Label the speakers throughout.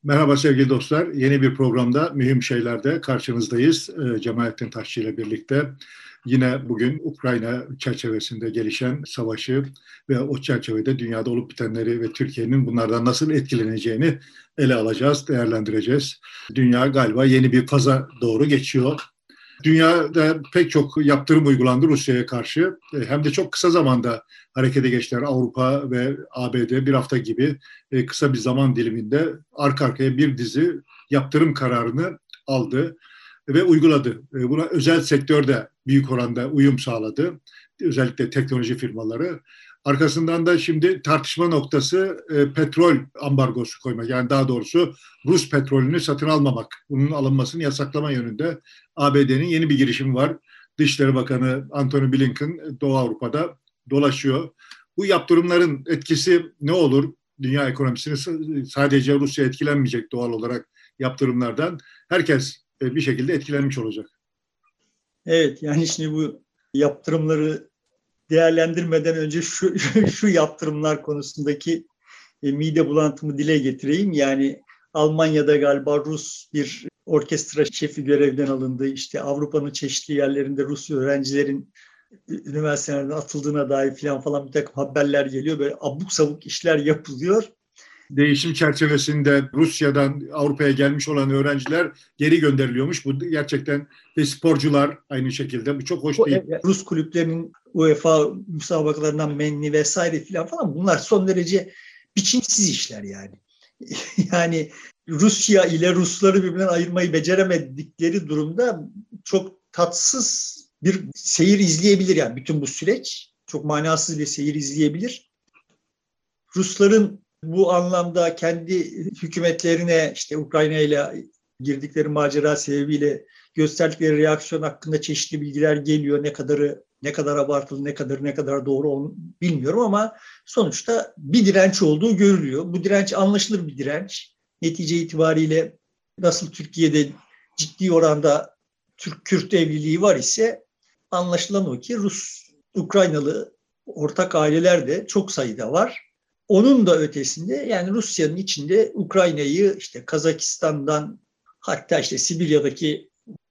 Speaker 1: Merhaba sevgili dostlar. Yeni bir programda mühim şeylerde karşınızdayız. Cemalettin Taşçı ile birlikte. Yine bugün Ukrayna çerçevesinde gelişen savaşı ve o çerçevede dünyada olup bitenleri ve Türkiye'nin bunlardan nasıl etkileneceğini ele alacağız, değerlendireceğiz. Dünya galiba yeni bir faza doğru geçiyor. Dünyada pek çok yaptırım uygulandı Rusya'ya karşı. Hem de çok kısa zamanda harekete geçtiler. Avrupa ve ABD bir hafta gibi kısa bir zaman diliminde arka arkaya bir dizi yaptırım kararını aldı ve uyguladı. Buna özel sektör de büyük oranda uyum sağladı. Özellikle teknoloji firmaları. Arkasından da şimdi tartışma noktası petrol ambargosu koymak. Yani daha doğrusu Rus petrolünü satın almamak. Bunun alınmasını yasaklama yönünde ABD'nin yeni bir girişimi var. Dışişleri Bakanı Antony Blinken Doğu Avrupa'da dolaşıyor. Bu yaptırımların etkisi ne olur? Dünya ekonomisini sadece Rusya etkilenmeyecek doğal olarak yaptırımlardan. Herkes bir şekilde etkilenmiş olacak.
Speaker 2: Evet, yani şimdi bu yaptırımları değerlendirmeden önce şu yaptırımlar konusundaki mide bulantımı dile getireyim. Yani Almanya'da galiba Rus bir orkestra şefi görevden alındı. İşte Avrupa'nın çeşitli yerlerinde Rus öğrencilerin üniversitelerden atıldığına dair falan bir takım haberler geliyor. Böyle abuk sabuk işler yapılıyor.
Speaker 1: Değişim çerçevesinde Rusya'dan Avrupa'ya gelmiş olan öğrenciler geri gönderiliyormuş. Bu gerçekten ve sporcular aynı şekilde. Bu çok hoş değil.
Speaker 2: Rus kulüplerinin UEFA müsabakalarından menni vesaire falan bunlar son derece biçimsiz işler yani. Yani Rusya ile Rusları birbirinden ayırmayı beceremedikleri durumda çok tatsız bir seyir izleyebilir yani bütün bu süreç. Çok manasız bir seyir izleyebilir. Rusların bu anlamda kendi hükümetlerine işte Ukrayna ile girdikleri macera sebebiyle gösterdikleri reaksiyon hakkında çeşitli bilgiler geliyor. Ne kadar abartılı, ne kadar doğru bilmiyorum ama sonuçta bir direnç olduğu görülüyor. Bu direnç anlaşılır bir direnç. Netice itibariyle nasıl Türkiye'de ciddi oranda Türk-Kürt evliliği var ise anlaşılan o ki Rus-Ukraynalı ortak aileler de çok sayıda var. Onun da ötesinde yani Rusya'nın içinde Ukrayna'yı işte Kazakistan'dan hatta işte Sibirya'daki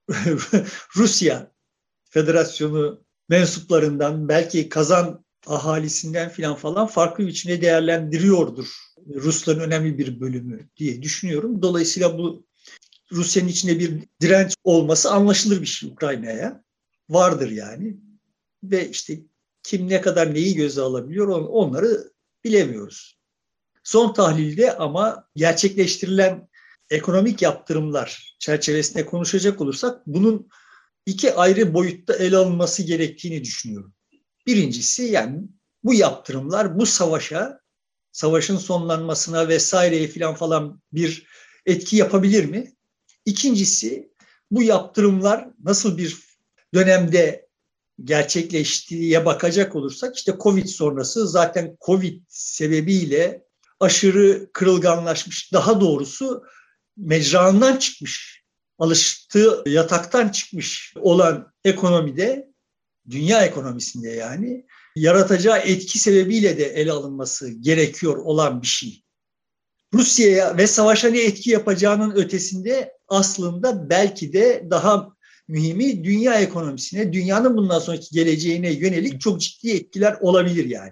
Speaker 2: Rusya Federasyonu mensuplarından belki Kazan ahalisinden falan farklı biçimde değerlendiriyordur Rusların önemli bir bölümü diye düşünüyorum. Dolayısıyla bu Rusya'nın içinde bir direnç olması anlaşılır bir şey Ukrayna'ya. Vardır yani. Ve işte kim ne kadar neyi göze alabiliyor onları bilemiyoruz. Son tahlilde ama gerçekleştirilen ekonomik yaptırımlar çerçevesinde konuşacak olursak bunun iki ayrı boyutta ele alınması gerektiğini düşünüyorum. Birincisi yani bu yaptırımlar bu savaşın sonlanmasına vesaireye falan bir etki yapabilir mi? İkincisi bu yaptırımlar nasıl bir dönemde gerçekleştiğine bakacak olursak işte Covid sonrası zaten Covid sebebiyle aşırı kırılganlaşmış, daha doğrusu mecranından çıkmış, alıştığı yataktan çıkmış olan ekonomide, dünya ekonomisinde yani yaratacağı etki sebebiyle de ele alınması gerekiyor olan bir şey. Rusya'ya ve savaşa ne etki yapacağının ötesinde aslında belki de daha mühimi dünya ekonomisine, dünyanın bundan sonraki geleceğine yönelik çok ciddi etkiler olabilir yani.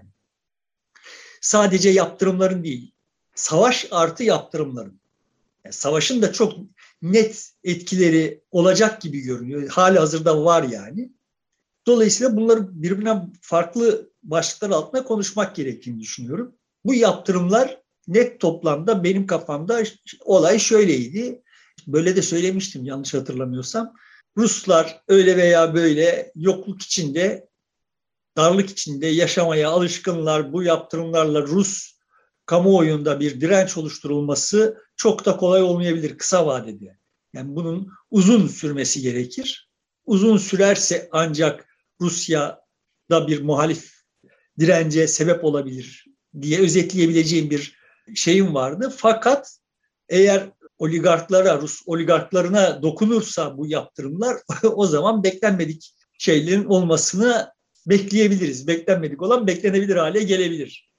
Speaker 2: Sadece yaptırımların değil, savaş artı yaptırımların. Yani savaşın da çok net etkileri olacak gibi görünüyor. Halihazırda var yani. Dolayısıyla bunları birbirinden farklı başlıklar altında konuşmak gerektiğini düşünüyorum. Bu yaptırımlar net toplamda benim kafamda olay şöyleydi. Böyle de söylemiştim yanlış hatırlamıyorsam. Ruslar öyle veya böyle yokluk içinde, darlık içinde yaşamaya alışkınlar. Bu yaptırımlarla Rus kamuoyunda bir direnç oluşturulması çok da kolay olmayabilir kısa vadede. Yani bunun uzun sürmesi gerekir. Uzun sürerse ancak Rusya'da bir muhalif dirence sebep olabilir diye özetleyebileceğim bir şeyim vardı. Fakat eğer Rus oligarklarına dokunursa bu yaptırımlar o zaman beklenmedik şeylerin olmasını bekleyebiliriz. Beklenmedik olan beklenebilir hale gelebilir.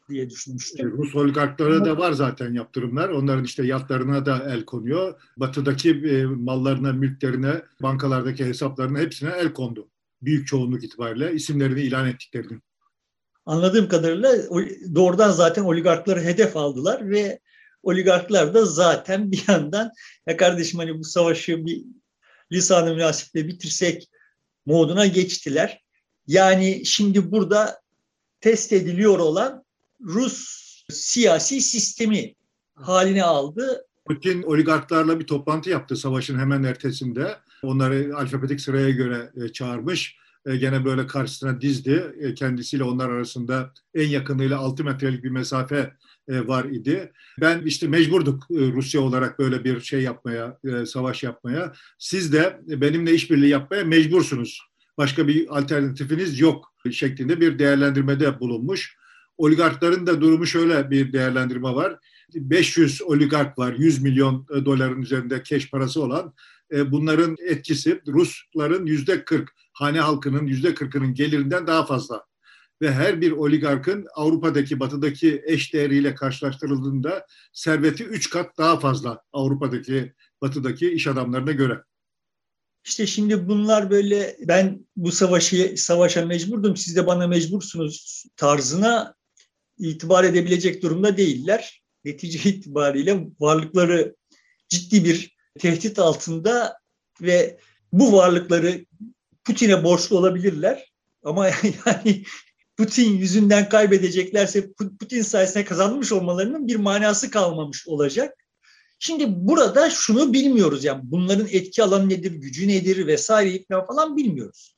Speaker 2: diye düşünmüştüm.
Speaker 1: Rus oligarklara da var zaten yaptırımlar. Onların işte yatlarına da el konuyor. Batıdaki mallarına, mülklerine, bankalardaki hesaplarına hepsine el kondu. Büyük çoğunluk itibariyle isimlerini ilan ettiklerini.
Speaker 2: Anladığım kadarıyla doğrudan zaten oligarkları hedef aldılar ve oligarklar da zaten bir yandan ya kardeşim hani bu savaşı bir lisan-ı münasiple bitirsek moduna geçtiler. Yani şimdi burada test ediliyor olan Rus siyasi sistemi haline aldı.
Speaker 1: Putin oligarklarla bir toplantı yaptı savaşın hemen ertesinde. Onları alfabetik sıraya göre çağırmış. Gene böyle karşısına dizdi. Kendisiyle onlar arasında en yakınıyla 6 metrelik bir mesafe var idi. Ben işte mecburduk Rusya olarak böyle bir şey yapmaya, savaş yapmaya. Siz de benimle işbirliği yapmaya mecbursunuz. Başka bir alternatifiniz yok şeklinde bir değerlendirmede bulunmuş. Oligarkların da durumu şöyle bir değerlendirme var. 500 oligark var, 100 milyon doların üzerinde keş parası olan. Bunların etkisi Rusların %40, hane halkının %40'ının gelirinden daha fazla. Ve her bir oligarkın Avrupa'daki, batıdaki eş değeriyle karşılaştırıldığında serveti 3 kat daha fazla Avrupa'daki, batıdaki iş adamlarına göre.
Speaker 2: İşte şimdi bunlar böyle ben bu savaşa mecburdum, siz de bana mecbursunuz tarzına itibar edebilecek durumda değiller. Netice itibariyle varlıkları ciddi bir tehdit altında ve bu varlıkları Putin'e borçlu olabilirler. Ama yani Putin yüzünden kaybedeceklerse Putin sayesinde kazanmış olmalarının bir manası kalmamış olacak. Şimdi burada şunu bilmiyoruz, yani bunların etki alanı nedir, gücü nedir vesaire falan bilmiyoruz.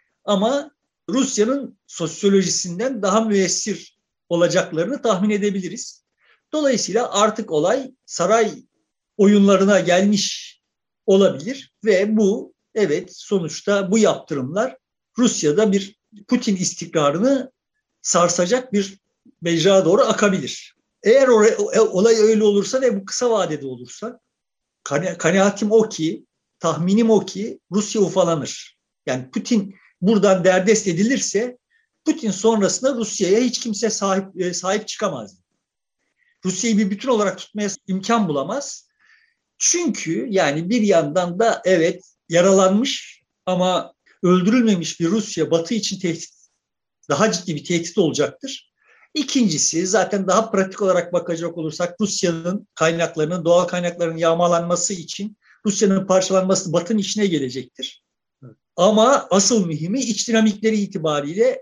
Speaker 2: Ama Rusya'nın sosyolojisinden daha müessir olacaklarını tahmin edebiliriz. Dolayısıyla artık olay saray oyunlarına gelmiş olabilir ve bu evet sonuçta bu yaptırımlar Rusya'da bir Putin istikrarını sarsacak bir mecraya doğru akabilir. Eğer olay öyle olursa ve bu kısa vadede olursa kanaatim o ki, tahminim o ki Rusya ufalanır. Yani Putin buradan derdest edilirse Putin sonrasında Rusya'ya hiç kimse sahip çıkamaz. Rusya'yı bir bütün olarak tutmaya imkan bulamaz. Çünkü yani bir yandan da evet yaralanmış ama öldürülmemiş bir Rusya Batı için daha ciddi bir tehdit olacaktır. İkincisi zaten daha pratik olarak bakacak olursak Rusya'nın kaynaklarının, doğal kaynaklarının yağmalanması için Rusya'nın parçalanması Batı'nın içine gelecektir. Ama asıl mühimi iç dinamikleri itibariyle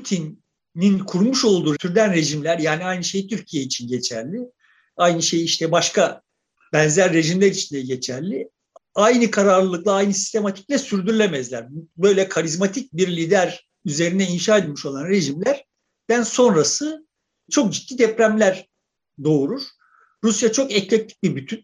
Speaker 2: Putin'in kurmuş olduğu türden rejimler, yani aynı şey Türkiye için geçerli. Aynı şey işte başka benzer rejimler için de geçerli. Aynı kararlılıkla, aynı sistematikle sürdürülemezler. Böyle karizmatik bir lider üzerine inşa edilmiş olan rejimlerden sonrası çok ciddi depremler doğurur. Rusya çok eklektik bir bütün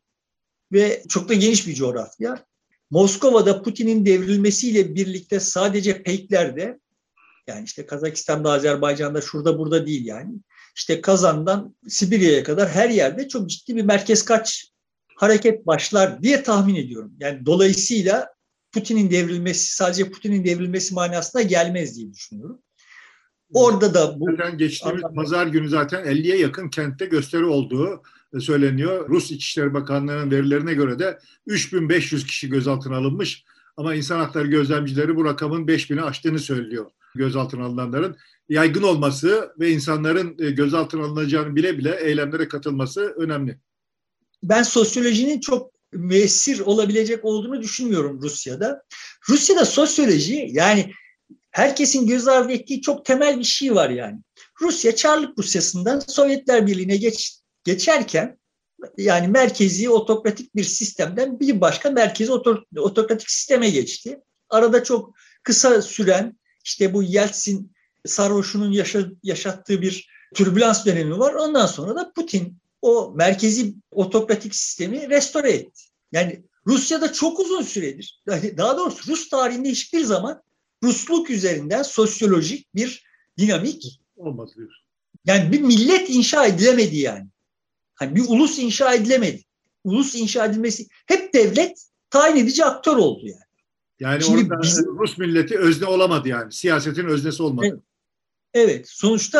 Speaker 2: ve çok da geniş bir coğrafya. Moskova'da Putin'in devrilmesiyle birlikte sadece peyklerde, yani işte Kazakistan'da, Azerbaycan'da, şurada burada değil yani. İşte Kazan'dan Sibirya'ya kadar her yerde çok ciddi bir merkez kaç hareket başlar diye tahmin ediyorum. Yani dolayısıyla Putin'in devrilmesi sadece Putin'in devrilmesi manasına gelmez diye düşünüyorum. Orada da bu...
Speaker 1: Zaten geçtiğimiz pazar günü zaten 50'ye yakın kentte gösteri olduğu söyleniyor. Rus İçişleri Bakanlığı'nın verilerine göre de 3500 kişi gözaltına alınmış. Ama insan hakları gözlemcileri bu rakamın 5000'i aştığını söylüyor. Gözaltına alınanların yaygın olması ve insanların gözaltına alınacağını bile bile eylemlere katılması önemli.
Speaker 2: Ben sosyolojinin çok müessir olabilecek olduğunu düşünmüyorum Rusya'da. Rusya'da sosyoloji, yani herkesin göz ardı ettiği çok temel bir şey var yani. Rusya Çarlık Rusyası'ndan Sovyetler Birliği'ne geçerken yani merkezi otokratik bir sistemden bir başka merkezi otokratik sisteme geçti. Arada çok kısa süren işte bu Yeltsin sarhoşunun yaşattığı bir türbülans dönemi var. Ondan sonra da Putin o merkezi otokratik sistemi restore etti. Yani Rusya'da çok uzun süredir, daha doğrusu Rus tarihinde hiçbir zaman Rusluk üzerinden sosyolojik bir dinamik
Speaker 1: olmaz diyorsun.
Speaker 2: Yani bir millet inşa edilemedi yani. Hani bir ulus inşa edilemedi. Ulus inşa edilmesi hep devlet tayin edici aktör oldu yani.
Speaker 1: Yani şimdi orada Rus milleti özne olamadı yani. Siyasetin öznesi olmadı.
Speaker 2: Evet. Sonuçta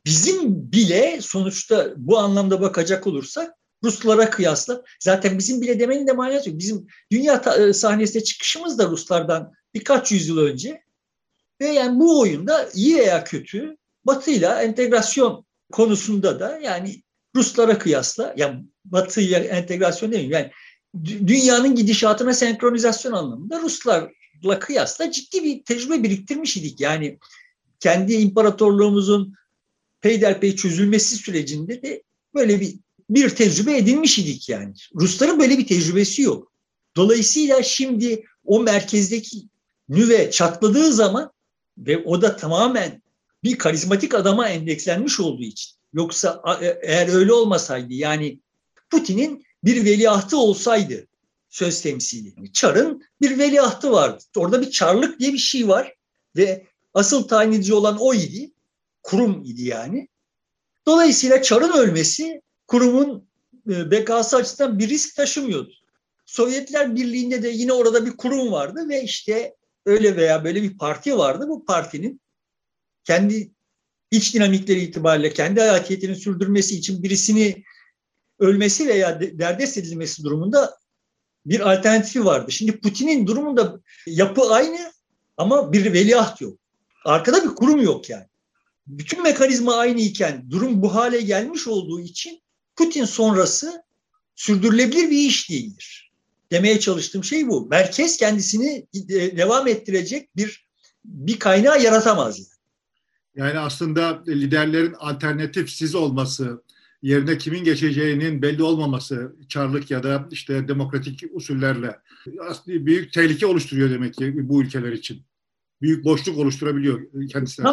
Speaker 2: bizim bile sonuçta bu anlamda bakacak olursak Ruslara kıyasla zaten bizim bile demenin de manası yok. Bizim dünya sahnesine çıkışımız da Ruslardan birkaç yüzyıl önce ve yani bu oyunda iyi veya kötü Batı'yla entegrasyon konusunda da yani Ruslara kıyasla yani Batı'ya entegrasyon değil yani dünyanın gidişatına senkronizasyon anlamında Ruslarla kıyasla ciddi bir tecrübe biriktirmiş idik. Yani kendi imparatorluğumuzun peyderpey çözülmesi sürecinde de böyle bir tecrübe edinmiş idik yani. Rusların böyle bir tecrübesi yok. Dolayısıyla şimdi o merkezdeki nüve çatladığı zaman ve o da tamamen bir karizmatik adama endekslenmiş olduğu için. Yoksa eğer öyle olmasaydı yani Putin'in bir veliahtı olsaydı söz temsili. Çar'ın bir veliahtı vardı. Orada bir çarlık diye bir şey var ve asıl tayin edici olan o idi. Kurum idi yani. Dolayısıyla Çar'ın ölmesi kurumun bekası açısından bir risk taşımıyordu. Sovyetler Birliği'nde de yine orada bir kurum vardı ve işte öyle veya böyle bir parti vardı. Bu partinin kendi iç dinamikleri itibariyle kendi hayatiyetini sürdürmesi için birisini ölmesi veya derdest edilmesi durumunda bir alternatifi vardı. Şimdi Putin'in durumunda yapı aynı ama bir veliaht yok. Arkada bir kurum yok yani. Bütün mekanizma aynı iken durum bu hale gelmiş olduğu için Putin sonrası sürdürülebilir bir iş değildir. Demeye çalıştığım şey bu. Merkez kendisini devam ettirecek bir kaynağı yaratamaz.
Speaker 1: Yani aslında liderlerin alternatifsiz olması, yerine kimin geçeceğinin belli olmaması, çarlık ya da işte demokratik usullerle aslında büyük tehlike oluşturuyor demek ki bu ülkeler için. Büyük boşluk oluşturabiliyor kendisine.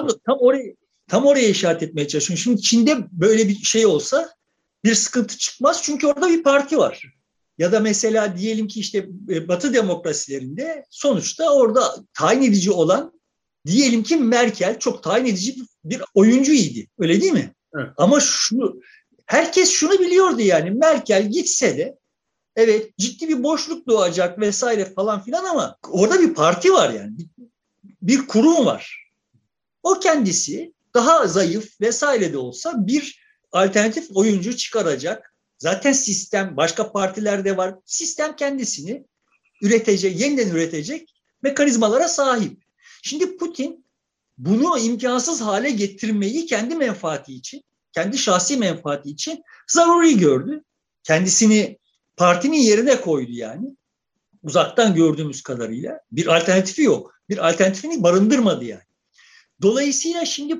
Speaker 2: Tam oraya işaret etmeye çalışıyorum. Şimdi Çin'de böyle bir şey olsa bir sıkıntı çıkmaz çünkü orada bir parti var. Ya da mesela diyelim ki işte Batı demokrasilerinde sonuçta orada tayin edici olan diyelim ki Merkel çok tayin edici bir oyuncuydu. Öyle değil mi?
Speaker 1: Evet.
Speaker 2: Ama herkes şunu biliyordu yani Merkel gitse de evet ciddi bir boşluk doğacak vesaire falan filan ama orada bir parti var yani. Bir kurum var. O kendisi daha zayıf vesaire de olsa bir alternatif oyuncu çıkaracak. Zaten sistem başka partilerde var. Sistem kendisini üretecek, yeniden üretecek mekanizmalara sahip. Şimdi Putin bunu imkansız hale getirmeyi kendi menfaati için, kendi şahsi menfaati için zaruri gördü. Kendisini partinin yerine koydu yani. Uzaktan gördüğümüz kadarıyla bir alternatifi yok. Bir alternatifini barındırmadı yani. Dolayısıyla şimdi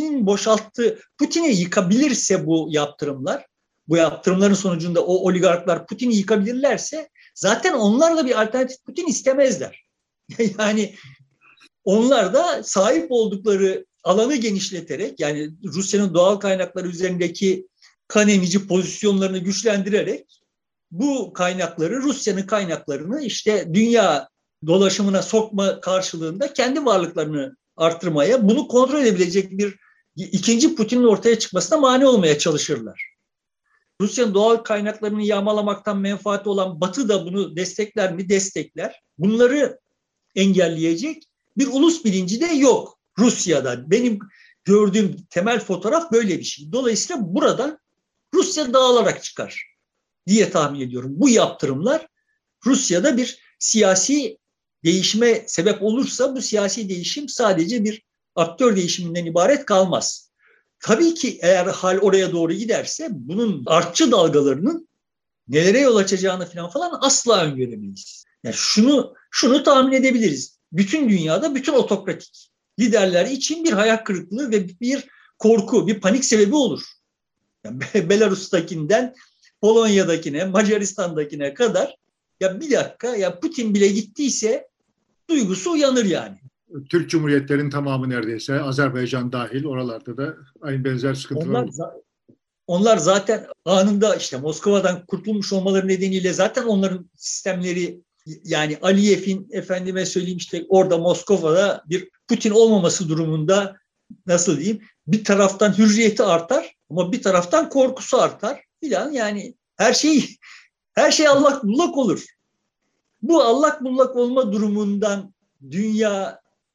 Speaker 2: Putin'i yıkabilirse bu yaptırımların sonucunda o oligarklar Putin'i yıkabilirlerse zaten onlar da bir alternatif Putin istemezler. Yani onlar da sahip oldukları alanı genişleterek yani Rusya'nın doğal kaynakları üzerindeki kan emici pozisyonlarını güçlendirerek bu kaynakları Rusya'nın kaynaklarını işte dünya dolaşımına sokma karşılığında kendi varlıklarını arttırmaya, bunu kontrol edebilecek bir ikinci Putin'in ortaya çıkmasına mani olmaya çalışırlar. Rusya'nın doğal kaynaklarını yağmalamaktan menfaati olan Batı da bunu destekler mi? Destekler. Bunları engelleyecek bir ulus bilinci de yok Rusya'da. Benim gördüğüm temel fotoğraf böyle bir şey. Dolayısıyla burada Rusya dağılarak çıkar diye tahmin ediyorum. Bu yaptırımlar Rusya'da bir siyasi değişime sebep olursa bu siyasi değişim sadece bir aktör değişiminden ibaret kalmaz. Tabii ki eğer hal oraya doğru giderse bunun artçı dalgalarının nelere yol açacağını falan asla öngöremeyiz. Yani şunu tahmin edebiliriz. Bütün dünyada bütün otokratik liderler için bir hayal kırıklığı ve bir korku, bir panik sebebi olur. Yani Belarus'takinden Polonya'dakine, Macaristan'dakine kadar ya bir dakika ya Putin bile gittiyse duygusu uyanır yani.
Speaker 1: Türk Cumhuriyetlerin tamamı neredeyse Azerbaycan dahil oralarda da aynı benzer sıkıntılar var.
Speaker 2: Onlar zaten anında işte Moskova'dan kurtulmuş olmaları nedeniyle zaten onların sistemleri yani Aliyev'in efendime söyleyeyim işte orada Moskova'da bir Putin olmaması durumunda nasıl diyeyim bir taraftan hürriyeti artar ama bir taraftan korkusu artar filan yani her şey allak bullak olur. Bu allak bullak olma durumundan dünya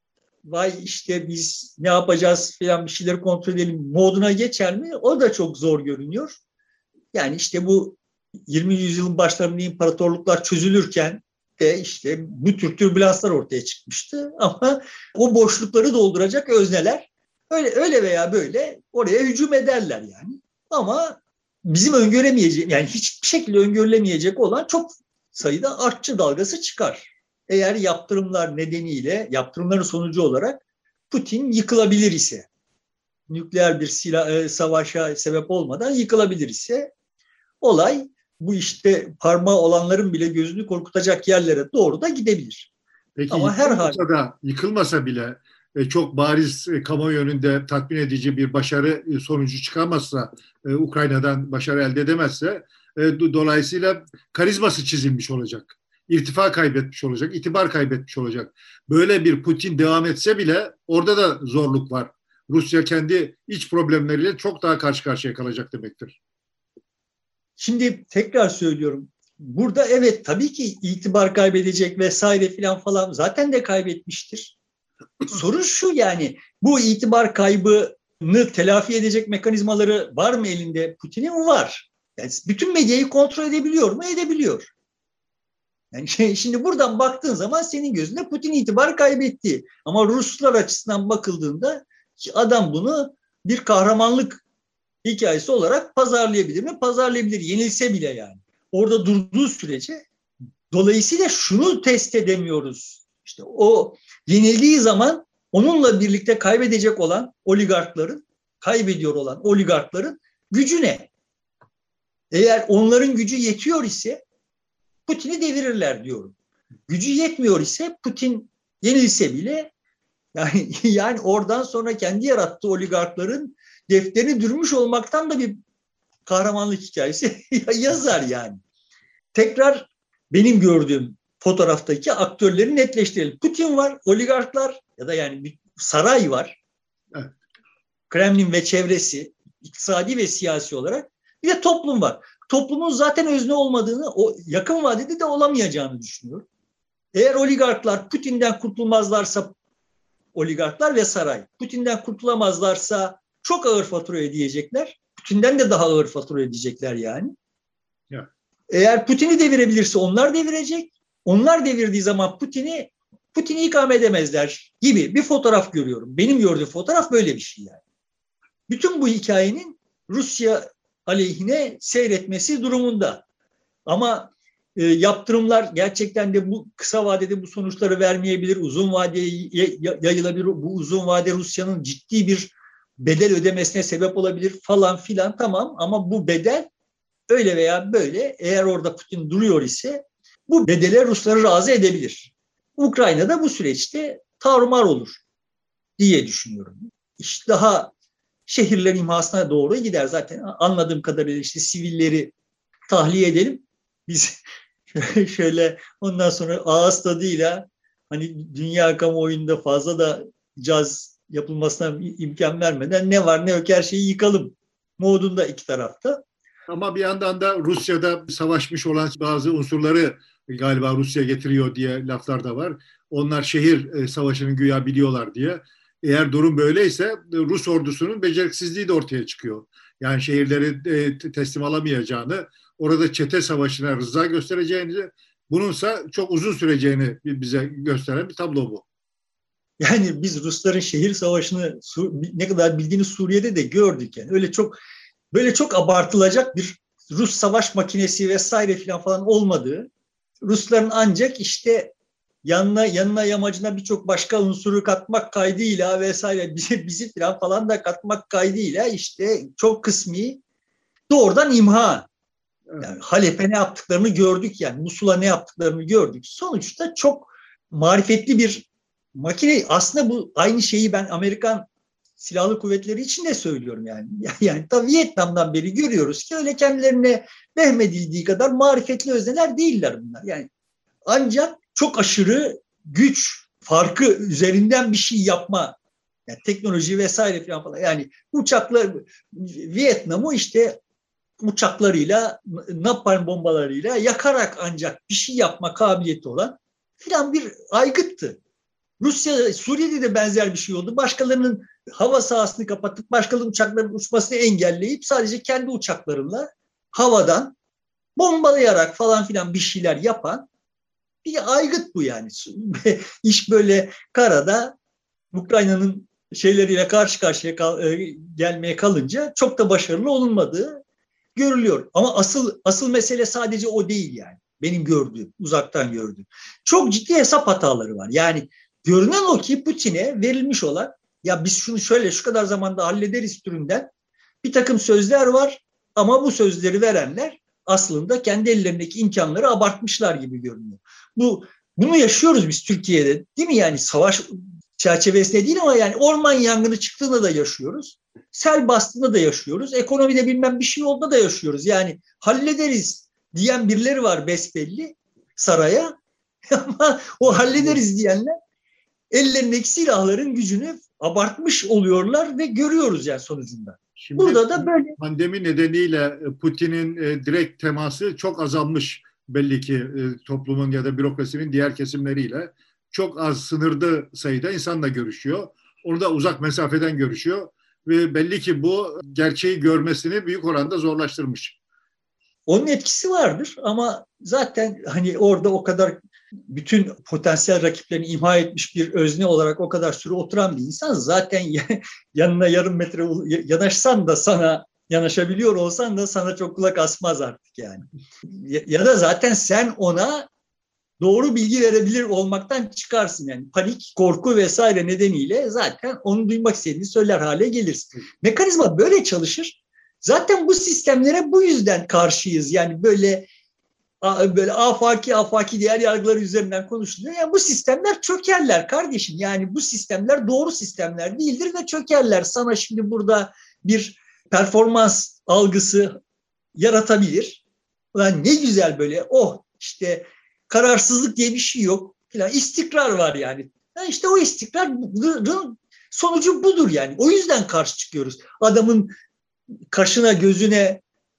Speaker 2: vay işte biz ne yapacağız falan bir şeyleri kontrol edelim moduna geçer mi? O da çok zor görünüyor. Yani işte bu 20. yüzyılın başlarında imparatorluklar çözülürken de işte bu tür türbülanslar ortaya çıkmıştı. Ama o boşlukları dolduracak özneler öyle veya böyle oraya hücum ederler yani. Ama bizim öngöremeyeceğimiz, yani hiçbir şekilde öngörülemeyecek olan çok sayıda artçı dalgası çıkar. Eğer yaptırımların sonucu olarak Putin yıkılabilir ise, nükleer bir savaşa sebep olmadan yıkılabilir ise, olay bu işte parmağı olanların bile gözünü korkutacak yerlere doğru da gidebilir.
Speaker 1: Peki
Speaker 2: Ama
Speaker 1: yıkılmasa bile çok bariz kamuoyu önünde tatmin edici bir başarı sonucu çıkamazsa, Ukrayna'dan başarı elde edemezse, dolayısıyla karizması çizilmiş olacak. İrtifa kaybetmiş olacak, itibar kaybetmiş olacak. Böyle bir Putin devam etse bile orada da zorluk var. Rusya kendi iç problemleriyle çok daha karşı karşıya kalacak demektir.
Speaker 2: Şimdi tekrar söylüyorum. Burada evet tabii ki itibar kaybedecek vesaire falan zaten de kaybetmiştir. Sorun şu, yani bu itibar kaybını telafi edecek mekanizmaları var mı elinde Putin'in? Var. Yani bütün medyayı kontrol edebiliyor mu? Edebiliyor. Yani şimdi buradan baktığın zaman senin gözünde Putin itibar kaybetti. Ama Ruslar açısından bakıldığında adam bunu bir kahramanlık hikayesi olarak pazarlayabilir mi? Pazarlayabilir. Yenilse bile yani. Orada durduğu sürece. Dolayısıyla şunu test edemiyoruz. İşte o yenildiği zaman onunla birlikte kaybediyor olan oligarkların gücü ne? Eğer onların gücü yetiyor ise Putin'i devirirler diyorum. Gücü yetmiyor ise Putin yenilse bile yani oradan sonra kendi yarattığı oligarkların defterini dürmüş olmaktan da bir kahramanlık hikayesi yazar yani. Tekrar benim gördüğüm fotoğraftaki aktörleri netleştirelim. Putin var, oligarklar ya da yani bir saray var. Evet. Kremlin ve çevresi, iktisadi ve siyasi olarak. Bir de toplum var. Toplumun zaten özne olmadığını, o yakın vadede de olamayacağını düşünüyorum. Eğer oligarklar Putin'den kurtulmazlarsa, oligarklar ve saray Putin'den kurtulamazlarsa çok ağır fatura ödeyecekler. Putin'den de daha ağır fatura ödeyecekler yani. Evet. Eğer Putin'i devirebilirse onlar devirecek. Onlar devirdiği zaman Putin'i ikame edemezler gibi bir fotoğraf görüyorum. Benim gördüğüm fotoğraf böyle bir şey yani. Bütün bu hikayenin Rusya aleyhine seyretmesi durumunda. Ama yaptırımlar gerçekten de bu kısa vadede bu sonuçları vermeyebilir. Uzun vadeye yayılabilir. Bu uzun vade Rusya'nın ciddi bir bedel ödemesine sebep olabilir falan filan, tamam, ama bu bedel öyle veya böyle, eğer orada Putin duruyor ise bu bedele Rusları razı edebilir. Ukrayna'da bu süreçte tarumar olur diye düşünüyorum. İş daha şehirlerin imhasına doğru gider zaten. Anladığım kadarıyla işte sivilleri tahliye edelim. Biz şöyle ondan sonra ağız tadıyla hani dünya kamuoyunda fazla da caz yapılmasına imkan vermeden ne var ne yok her şeyi yıkalım modunda iki tarafta.
Speaker 1: Ama bir yandan da Rusya'da savaşmış olan bazı unsurları galiba Rusya getiriyor diye laflar da var. Onlar şehir savaşını güya biliyorlar diye. Eğer durum böyleyse Rus ordusunun beceriksizliği de ortaya çıkıyor. Yani şehirleri teslim alamayacağını, orada çete savaşına rıza göstereceğini, bununsa çok uzun süreceğini bize gösteren bir tablo bu.
Speaker 2: Yani biz Rusların şehir savaşını ne kadar bildiğini Suriye'de de gördük yani. Böyle çok abartılacak bir Rus savaş makinesi vesaire falan olmadığı, Rusların ancak işte yanına yamacına birçok başka unsuru katmak kaydıyla vesaire bizi falan da katmak kaydıyla işte çok kısmi doğrudan imha. Yani Halep'e ne yaptıklarını gördük, yani Musul'a ne yaptıklarını gördük. Sonuçta çok marifetli bir makine. Aslında bu aynı şeyi ben Amerikan silahlı kuvvetleri için de söylüyorum yani. Yani tabii Vietnam'dan beri görüyoruz ki öyle kendilerine vehmedildiği kadar marifetli özneler değiller bunlar. Yani ancak çok aşırı güç farkı üzerinden bir şey yapma, yani teknoloji vesaire falan. Yani Vietnam'ı işte uçaklarıyla, napalm bombalarıyla yakarak ancak bir şey yapma kabiliyeti olan filan bir aygıttı. Rusya, Suriye'de de benzer bir şey oldu. Başkalarının hava sahasını kapatıp başkalarının uçaklarının uçmasını engelleyip sadece kendi uçaklarıyla havadan bombalayarak falan filan bir şeyler yapan bir aygıt bu yani. İş böyle karada Ukrayna'nın şeyleriyle karşı karşıya gelmeye kalınca çok da başarılı olunmadığı görülüyor. Ama asıl mesele sadece o değil yani. Benim gördüğüm, uzaktan gördüğüm. Çok ciddi hesap hataları var. Yani görünen o ki Putin'e verilmiş olan, ya biz şunu şöyle şu kadar zamanda hallederiz türünden bir takım sözler var ama bu sözleri verenler aslında kendi ellerindeki imkanları abartmışlar gibi görünüyor. Bunu yaşıyoruz biz Türkiye'de, değil mi? Yani savaş çerçevesinde değil ama yani orman yangını çıktığında da yaşıyoruz. Sel bastığında da yaşıyoruz. Ekonomide bilmem bir şey olduğunda da yaşıyoruz. Yani hallederiz diyen birileri var besbelli saraya ama o hallederiz diyenler ellerindeki silahların gücünü abartmış oluyorlar ve görüyoruz yani sonucunda.
Speaker 1: Şimdi
Speaker 2: burada da böyle.
Speaker 1: Pandemi nedeniyle Putin'in direkt teması çok azalmış belli ki toplumun ya da bürokrasinin diğer kesimleriyle. Çok az sınırlı sayıda insanla görüşüyor. Onu da uzak mesafeden görüşüyor ve belli ki bu gerçeği görmesini büyük oranda zorlaştırmış.
Speaker 2: Onun etkisi vardır ama zaten hani orada o kadar bütün potansiyel rakiplerini imha etmiş bir özne olarak o kadar süre oturan bir insan zaten yanına yarım metre yanaşsan da sana yanaşabiliyor olsan da sana çok kulak asmaz artık yani. Ya da zaten sen ona doğru bilgi verebilir olmaktan çıkarsın yani panik, korku vesaire nedeniyle zaten onu duymak istediğini söyler hale gelirsin. Mekanizma böyle çalışır. Zaten bu sistemlere bu yüzden karşıyız. Yani böyle afaki diğer yargıları üzerinden konuşuluyor. Yani bu sistemler çökerler kardeşim. Yani bu sistemler doğru sistemler değildir ve çökerler. Sana şimdi burada bir performans algısı yaratabilir. Ulan ne güzel böyle işte kararsızlık diye bir şey yok. Falan. İstikrar var yani. İşte o istikrarın sonucu budur yani. O yüzden karşı çıkıyoruz. Adamın kaşına gözüne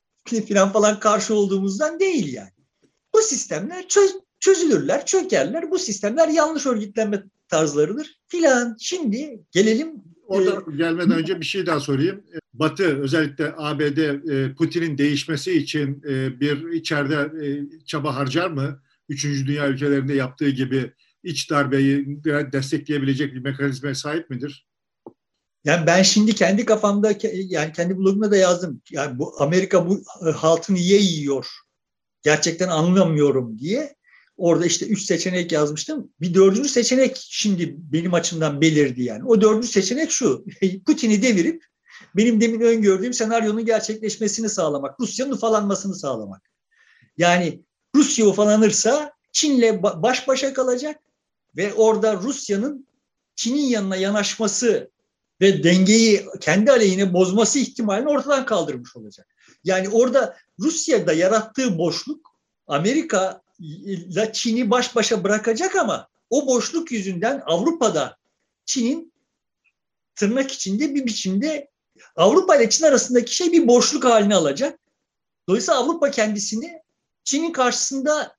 Speaker 2: falan karşı olduğumuzdan değil yani. Bu sistemler çözülürler, çökerler. Bu sistemler yanlış örgütlenme tarzlarıdır filan. Şimdi gelelim.
Speaker 1: Orada gelmeden önce bir şey daha sorayım. Batı, özellikle ABD, Putin'in değişmesi için bir içeride çaba harcar mı? Üçüncü dünya ülkelerinde yaptığı gibi iç darbeyi destekleyebilecek bir mekanizmaya sahip midir?
Speaker 2: Yani ben şimdi kendi kafamda, yani kendi blogumda da yazdım. Yani bu Amerika bu haltı niye yiyor? Gerçekten anlamıyorum diye. Orada işte 3 seçenek yazmıştım. Bir 4. seçenek şimdi benim açımdan belirdi yani. O 4. seçenek şu. Putin'i devirip benim demin öngördüğüm senaryonun gerçekleşmesini sağlamak. Rusya'nın ufalanmasını sağlamak. Yani Rusya ufalanırsa Çin'le baş başa kalacak ve orada Rusya'nın Çin'in yanına yanaşması ve dengeyi kendi aleyhine bozması ihtimalini ortadan kaldırmış olacak. Yani orada Rusya'da yarattığı boşluk Amerika ile Çin'i baş başa bırakacak ama o boşluk yüzünden Avrupa'da Çin'in tırnak içinde bir biçimde Avrupa ile Çin arasındaki şey bir boşluk halini alacak. Dolayısıyla Avrupa kendisini Çin'in karşısında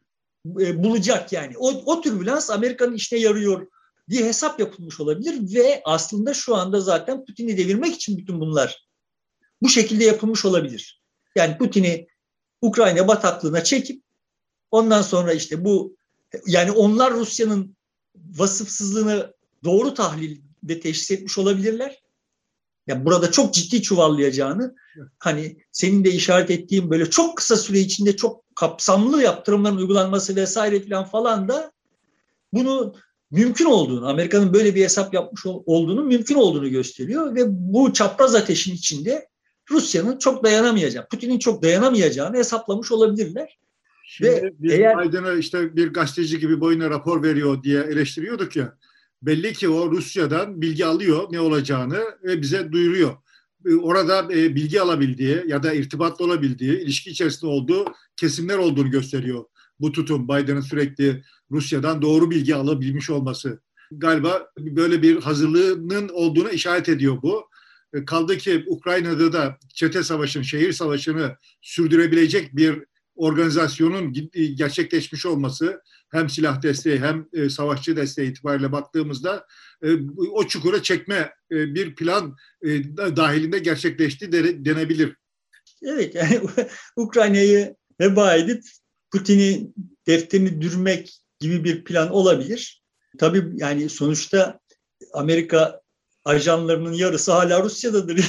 Speaker 2: bulacak yani. O türbülans Amerika'nın işine yarıyor diye hesap yapılmış olabilir ve aslında şu anda zaten Putin'i devirmek için bütün bunlar bu şekilde yapılmış olabilir. Yani Putin'i Ukrayna bataklığına çekip ondan sonra işte yani onlar Rusya'nın vasıfsızlığını doğru tahlilde teşhis etmiş olabilirler. Yani burada çok ciddi çuvallayacağını, hani senin de işaret ettiğin böyle çok kısa süre içinde çok kapsamlı yaptırımların uygulanması vesaire falan da bunu mümkün olduğunu, Amerika'nın böyle bir hesap yapmış olduğunu, mümkün olduğunu gösteriyor ve bu çapraz ateşin içinde Rusya'nın çok dayanamayacağını, Putin'in çok dayanamayacağını hesaplamış olabilirler.
Speaker 1: Şimdi ve biz Biden'a işte bir gazeteci gibi boyuna rapor veriyor diye eleştiriyorduk ya. Belli ki o Rusya'dan bilgi alıyor ne olacağını ve bize duyuruyor. Orada bilgi alabildiği ya da irtibatlı olabildiği, ilişki içerisinde olduğu kesimler olduğunu gösteriyor bu tutum. Biden'ın sürekli Rusya'dan doğru bilgi alabilmiş olması. Galiba böyle bir hazırlığının olduğuna işaret ediyor bu. Kaldı ki Ukrayna'da da çete savaşını, şehir savaşını sürdürebilecek bir organizasyonun gerçekleşmiş olması, hem silah desteği hem savaşçı desteği itibariyle baktığımızda o çukura çekme bir plan dahilinde gerçekleşti denebilir.
Speaker 2: Evet, yani Ukrayna'yı heba edip Putin'i defterini dürmek gibi bir plan olabilir. Tabii yani sonuçta Amerika ajanlarının yarısı hala Rusya'dadır.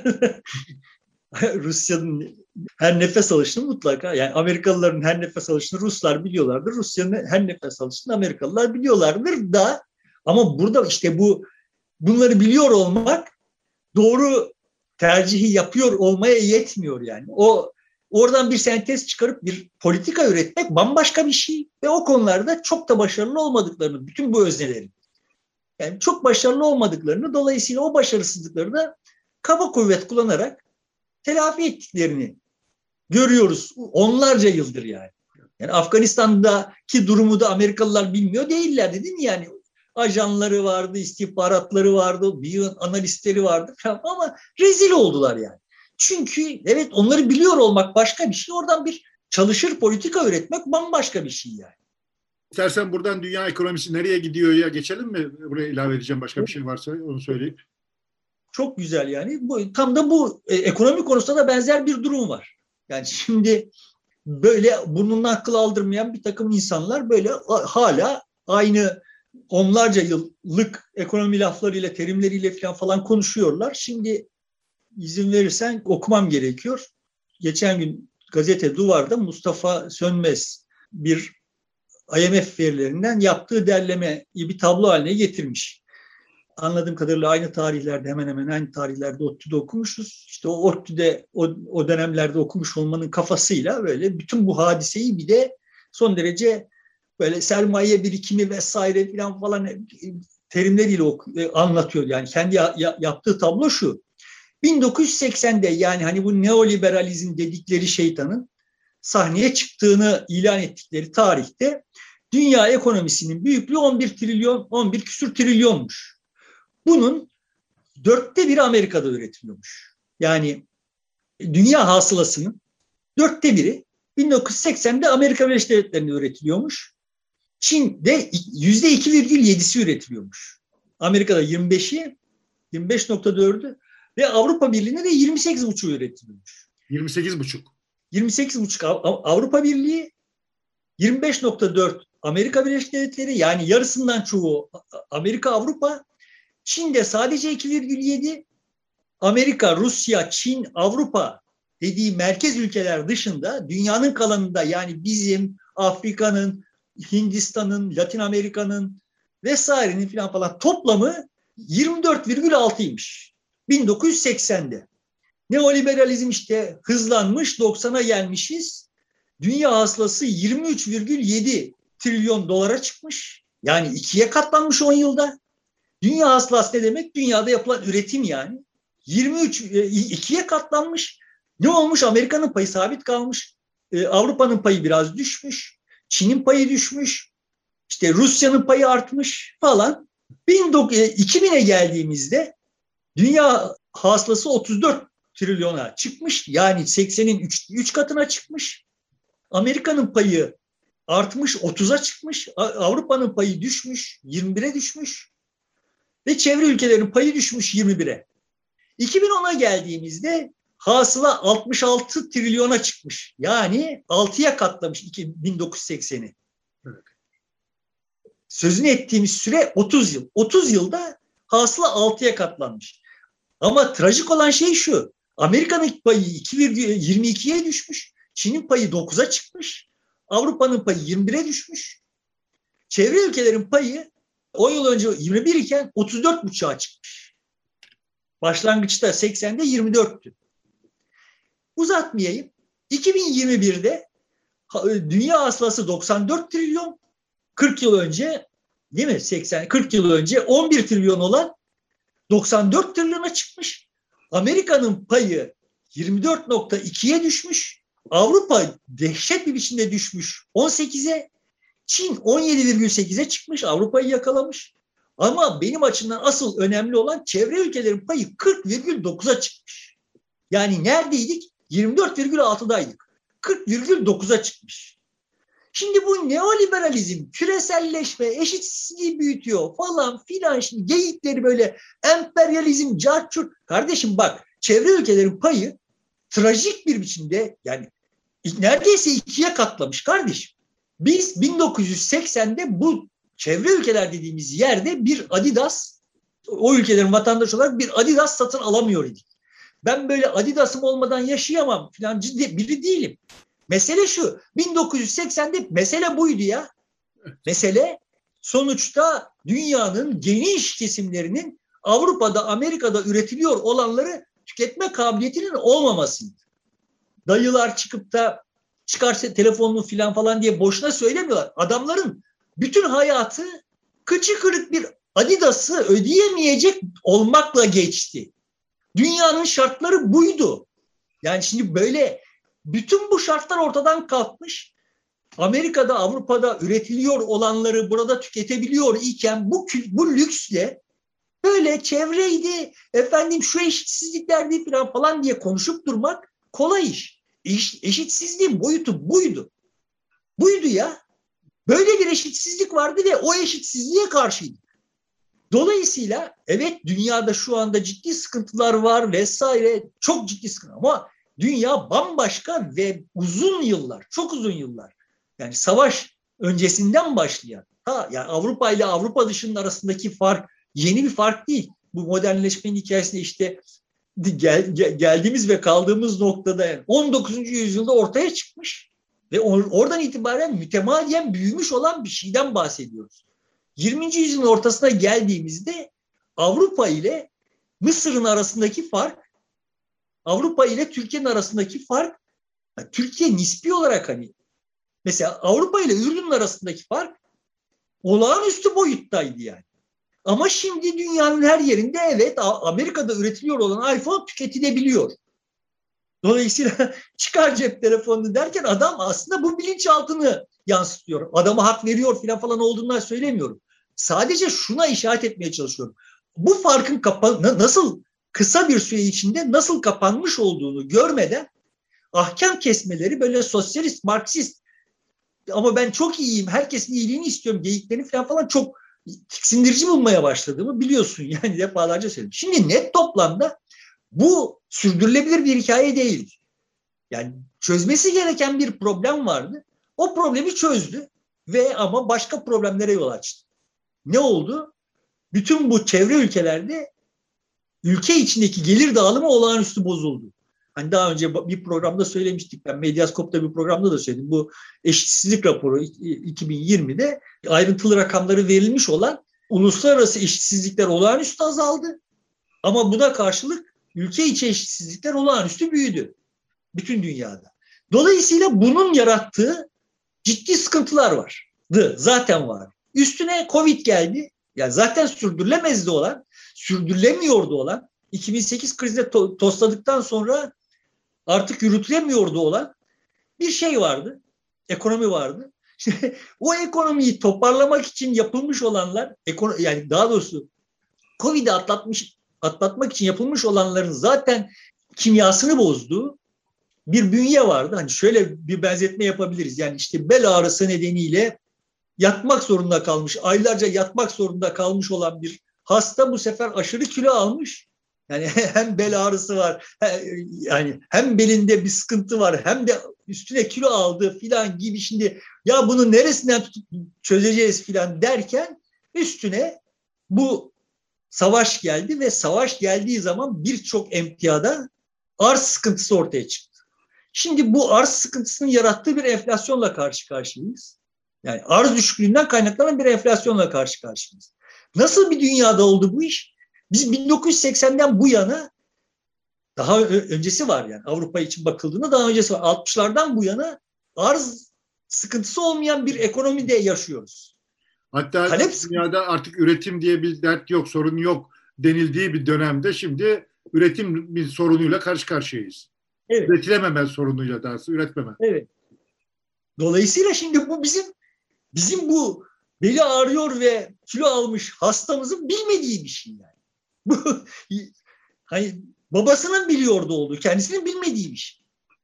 Speaker 2: Rusya'nın her nefes alışını mutlaka, yani Amerikalıların her nefes alışını Ruslar biliyorlardır. Rusya'nın her nefes alışını Amerikalılar biliyorlardır da, ama burada işte bunları biliyor olmak doğru tercihi yapıyor olmaya yetmiyor yani. Oradan bir sentez çıkarıp bir politika üretmek bambaşka bir şey ve o konularda çok da başarılı olmadıklarını, bütün bu öznelerin yani çok başarılı olmadıklarını, dolayısıyla o başarısızlıkları da kaba kuvvet kullanarak telafi ettiklerini görüyoruz onlarca yıldır yani. Yani Afganistan'daki durumu da Amerikalılar bilmiyor değillerdi, değil mi? Yani ajanları vardı, istihbaratları vardı, biyoanalistleri vardı falan, ama rezil oldular yani. Çünkü evet, onları biliyor olmak başka bir şey, oradan bir çalışır politika üretmek bambaşka bir şey yani.
Speaker 1: İstersen buradan dünya ekonomisi nereye gidiyor ya geçelim mi? Buraya ilave edeceğim başka bir şey varsa onu söyleyip.
Speaker 2: Çok güzel yani. Tam da bu ekonomi konusunda da benzer bir durum var. Yani şimdi böyle burnundan kıl aldırmayan bir takım insanlar böyle hala aynı onlarca yıllık ekonomi laflarıyla, terimleriyle falan konuşuyorlar. Şimdi izin verirsen okumam gerekiyor. Geçen gün gazete Duvar'da Mustafa Sönmez bir IMF verilerinden yaptığı derlemeyi bir tablo haline getirmiş. Anladığım kadarıyla aynı tarihlerde, hemen hemen aynı tarihlerde ODTÜ'de okumuşuz. İşte o ODTÜ'de o dönemlerde okumuş olmanın kafasıyla böyle bütün bu hadiseyi bir de son derece böyle sermaye birikimi vesaire falan terimleriyle anlatıyor. Yani kendi yaptığı tablo şu: 1980'de, yani hani bu neoliberalizm dedikleri şeytanın sahneye çıktığını ilan ettikleri tarihte dünya ekonomisinin büyüklüğü 11 küsur trilyonmuş. Bunun 1/4 Amerika'da üretiliyormuş. Yani dünya hasılasının 1/4 1980'de Amerika Birleşik Devletleri'nde üretiliyormuş. Çin'de %2,7'si üretiliyormuş. Amerika'da 25'i, 25,4'ü ve Avrupa Birliği'nde de 28,5'u üretiliyormuş.
Speaker 1: 28,5.
Speaker 2: 28,5 Avrupa Birliği, 25,4 Amerika Birleşik Devletleri, yani yarısından çoğu Amerika, Avrupa. Çin'de sadece 2,7, Amerika, Rusya, Çin, Avrupa dediği merkez ülkeler dışında dünyanın kalanında, yani bizim, Afrika'nın, Hindistan'ın, Latin Amerika'nın vesairenin falan toplamı 24,6'ymış 1980'de. Neoliberalizm işte hızlanmış, 90'a gelmişiz. Dünya hasılası 23,7 trilyon dolara çıkmış. Yani 2'ye katlanmış 10 yılda. Dünya hasılası ne demek? Dünyada yapılan üretim yani. 2'ye katlanmış. Ne olmuş? Amerika'nın payı sabit kalmış. Avrupa'nın payı biraz düşmüş. Çin'in payı düşmüş. İşte Rusya'nın payı artmış falan. 2000'e geldiğimizde dünya hasılası 34 trilyona çıkmış. Yani 80'in 3 katına çıkmış. Amerika'nın payı artmış, 30'a çıkmış. Avrupa'nın payı düşmüş, 21'e düşmüş. Ve çevre ülkelerin payı düşmüş 21'e. 2010'a geldiğimizde hasıla 66 trilyona çıkmış. Yani 6'ya katlamış 1980'i.
Speaker 1: Evet.
Speaker 2: Sözünü ettiğimiz süre 30 yıl. 30 yılda hasıla 6'ya katlanmış. Ama trajik olan şey şu: Amerika'nın payı 2,22'ye düşmüş. Çin'in payı 9'a çıkmış. Avrupa'nın payı 21'e düşmüş. Çevre ülkelerin payı 10 yıl önce 21 iken 34,5'a çıkmış. Başlangıçta 80'de 24'tü. Uzatmayayım. 2021'de dünya hasılası 94 trilyon. 40 yıl önce, değil mi? 40 yıl önce 11 trilyon olan 94 trilyona çıkmış. Amerika'nın payı 24,2'ye düşmüş. Avrupa dehşet bir biçimde düşmüş 18'e. Çin 17,8'e çıkmış. Avrupa'yı yakalamış. Ama benim açımdan asıl önemli olan çevre ülkelerin payı 40,9'a çıkmış. Yani neredeydik? 24,6'daydık. 40,9'a çıkmış. Şimdi bu neoliberalizm, küreselleşme, eşitsizliği büyütüyor falan filan. Şimdi geyikleri böyle emperyalizm, carçur. Kardeşim bak, çevre ülkelerin payı trajik bir biçimde yani neredeyse 2'ye katlamış kardeşim. Biz 1980'de bu çevre ülkeler dediğimiz yerde bir Adidas, o ülkelerin vatandaşı olarak bir Adidas satın alamıyor idik. Ben böyle Adidas'ım olmadan yaşayamam falan ciddi biri değilim. Mesele şu, 1980'de mesele buydu ya. Mesele sonuçta dünyanın geniş kesimlerinin Avrupa'da, Amerika'da üretiliyor olanları tüketme kabiliyetinin olmamasıydı. Dayılar çıkıp da çıkarsa telefonunu falan diye boşuna söylemiyorlar. Adamların bütün hayatı kıçı kırık bir Adidas'ı ödeyemeyecek olmakla geçti. Dünyanın şartları buydu. Yani şimdi böyle bütün bu şartlar ortadan kalkmış. Amerika'da, Avrupa'da üretiliyor olanları burada tüketebiliyor iken bu lüksle böyle çevreydi, efendim şu eşitsizliklerdi falan diye konuşup durmak kolay iş. Eşitsizliğin boyutu buydu. Buydu ya. Böyle bir eşitsizlik vardı ve o eşitsizliğe karşıydı. Dolayısıyla evet dünyada şu anda ciddi sıkıntılar var vesaire, çok ciddi sıkıntı ama dünya bambaşka ve uzun yıllar, çok uzun yıllar. Yani savaş öncesinden başlayan, yani Avrupa ile Avrupa dışının arasındaki fark yeni bir fark değil. Bu modernleşmenin hikayesinde işte geldiğimiz ve kaldığımız noktada yani 19. yüzyılda ortaya çıkmış ve oradan itibaren mütemadiyen büyümüş olan bir şeyden bahsediyoruz. 20. yüzyılın ortasına geldiğimizde Avrupa ile Mısır'ın arasındaki fark, Avrupa ile Türkiye'nin arasındaki fark, Türkiye nispi olarak hani mesela Avrupa ile Ürdün'ün arasındaki fark olağanüstü boyuttaydı yani. Ama şimdi dünyanın her yerinde evet Amerika'da üretiliyor olan iPhone tüketilebiliyor. Dolayısıyla çıkar cep telefonunu derken adam aslında bu bilinçaltını yansıtıyor. Adama hak veriyor falan olduğundan söylemiyorum. Sadece şuna işaret etmeye çalışıyorum. Bu farkın nasıl kısa bir süre içinde nasıl kapanmış olduğunu görmeden ahkam kesmeleri böyle sosyalist, Marksist ama ben çok iyiyim, herkesin iyiliğini istiyorum geyiklerini falan çok tiksindirici bulmaya başladığımı biliyorsun yani defalarca söyledim. Şimdi net toplamda bu sürdürülebilir bir hikaye değil. Yani çözmesi gereken bir problem vardı. O problemi çözdü ve ama başka problemlere yol açtı. Ne oldu? Bütün bu çevre ülkelerde ülke içindeki gelir dağılımı olağanüstü bozuldu. Hani daha önce bir programda söylemiştik. Ben Medyaskop'ta bir programda da söyledim. Bu eşitsizlik raporu 2020'de ayrıntılı rakamları verilmiş olan uluslararası eşitsizlikler olağanüstü azaldı. Ama buna karşılık ülke içi eşitsizlikler olağanüstü büyüdü. Bütün dünyada. Dolayısıyla bunun yarattığı ciddi sıkıntılar vardı. Zaten var. Üstüne Covid geldi. Yani zaten sürdürülemezdi olan, sürdürülemiyordu olan, 2008 krizde tosladıktan sonra artık yürütülemiyordu olan bir şey vardı. Ekonomi vardı. İşte o ekonomiyi toparlamak için yapılmış olanlar, yani daha doğrusu Covid'i atlatmak için yapılmış olanların zaten kimyasını bozduğu bir bünye vardı. Hani şöyle bir benzetme yapabiliriz. Yani işte bel ağrısı nedeniyle yatmak zorunda kalmış, aylarca yatmak zorunda kalmış olan bir hasta bu sefer aşırı kilo almış. Yani hem bel ağrısı var, yani hem belinde bir sıkıntı var, hem de üstüne kilo aldı filan gibi şimdi ya bunu neresinden tutup çözeceğiz filan derken üstüne bu savaş geldi ve savaş geldiği zaman birçok emtiyada arz sıkıntısı ortaya çıktı. Şimdi bu arz sıkıntısının yarattığı bir enflasyonla karşı karşıyayız. Yani arz düşüklüğünden kaynaklanan bir enflasyonla karşı karşıyayız. Nasıl bir dünyada oldu bu iş? Biz 1980'den bu yana daha öncesi var yani Avrupa için bakıldığında daha öncesi var. 60'lardan bu yana arz sıkıntısı olmayan bir ekonomide yaşıyoruz.
Speaker 1: Hatta dünyada artık üretim diye bir dert yok, sorun yok denildiği bir dönemde şimdi üretim bir sorunuyla karşı karşıyayız. Evet. Üretilememe sorunuyla daha doğrusu üretmeme.
Speaker 2: Evet. Dolayısıyla şimdi bu bizim bu beli ağrıyor ve kilo almış hastamızın bilmediği bir şey yani. Bu hani babasının biliyordu olduğu, kendisinin bilmediği bir şey.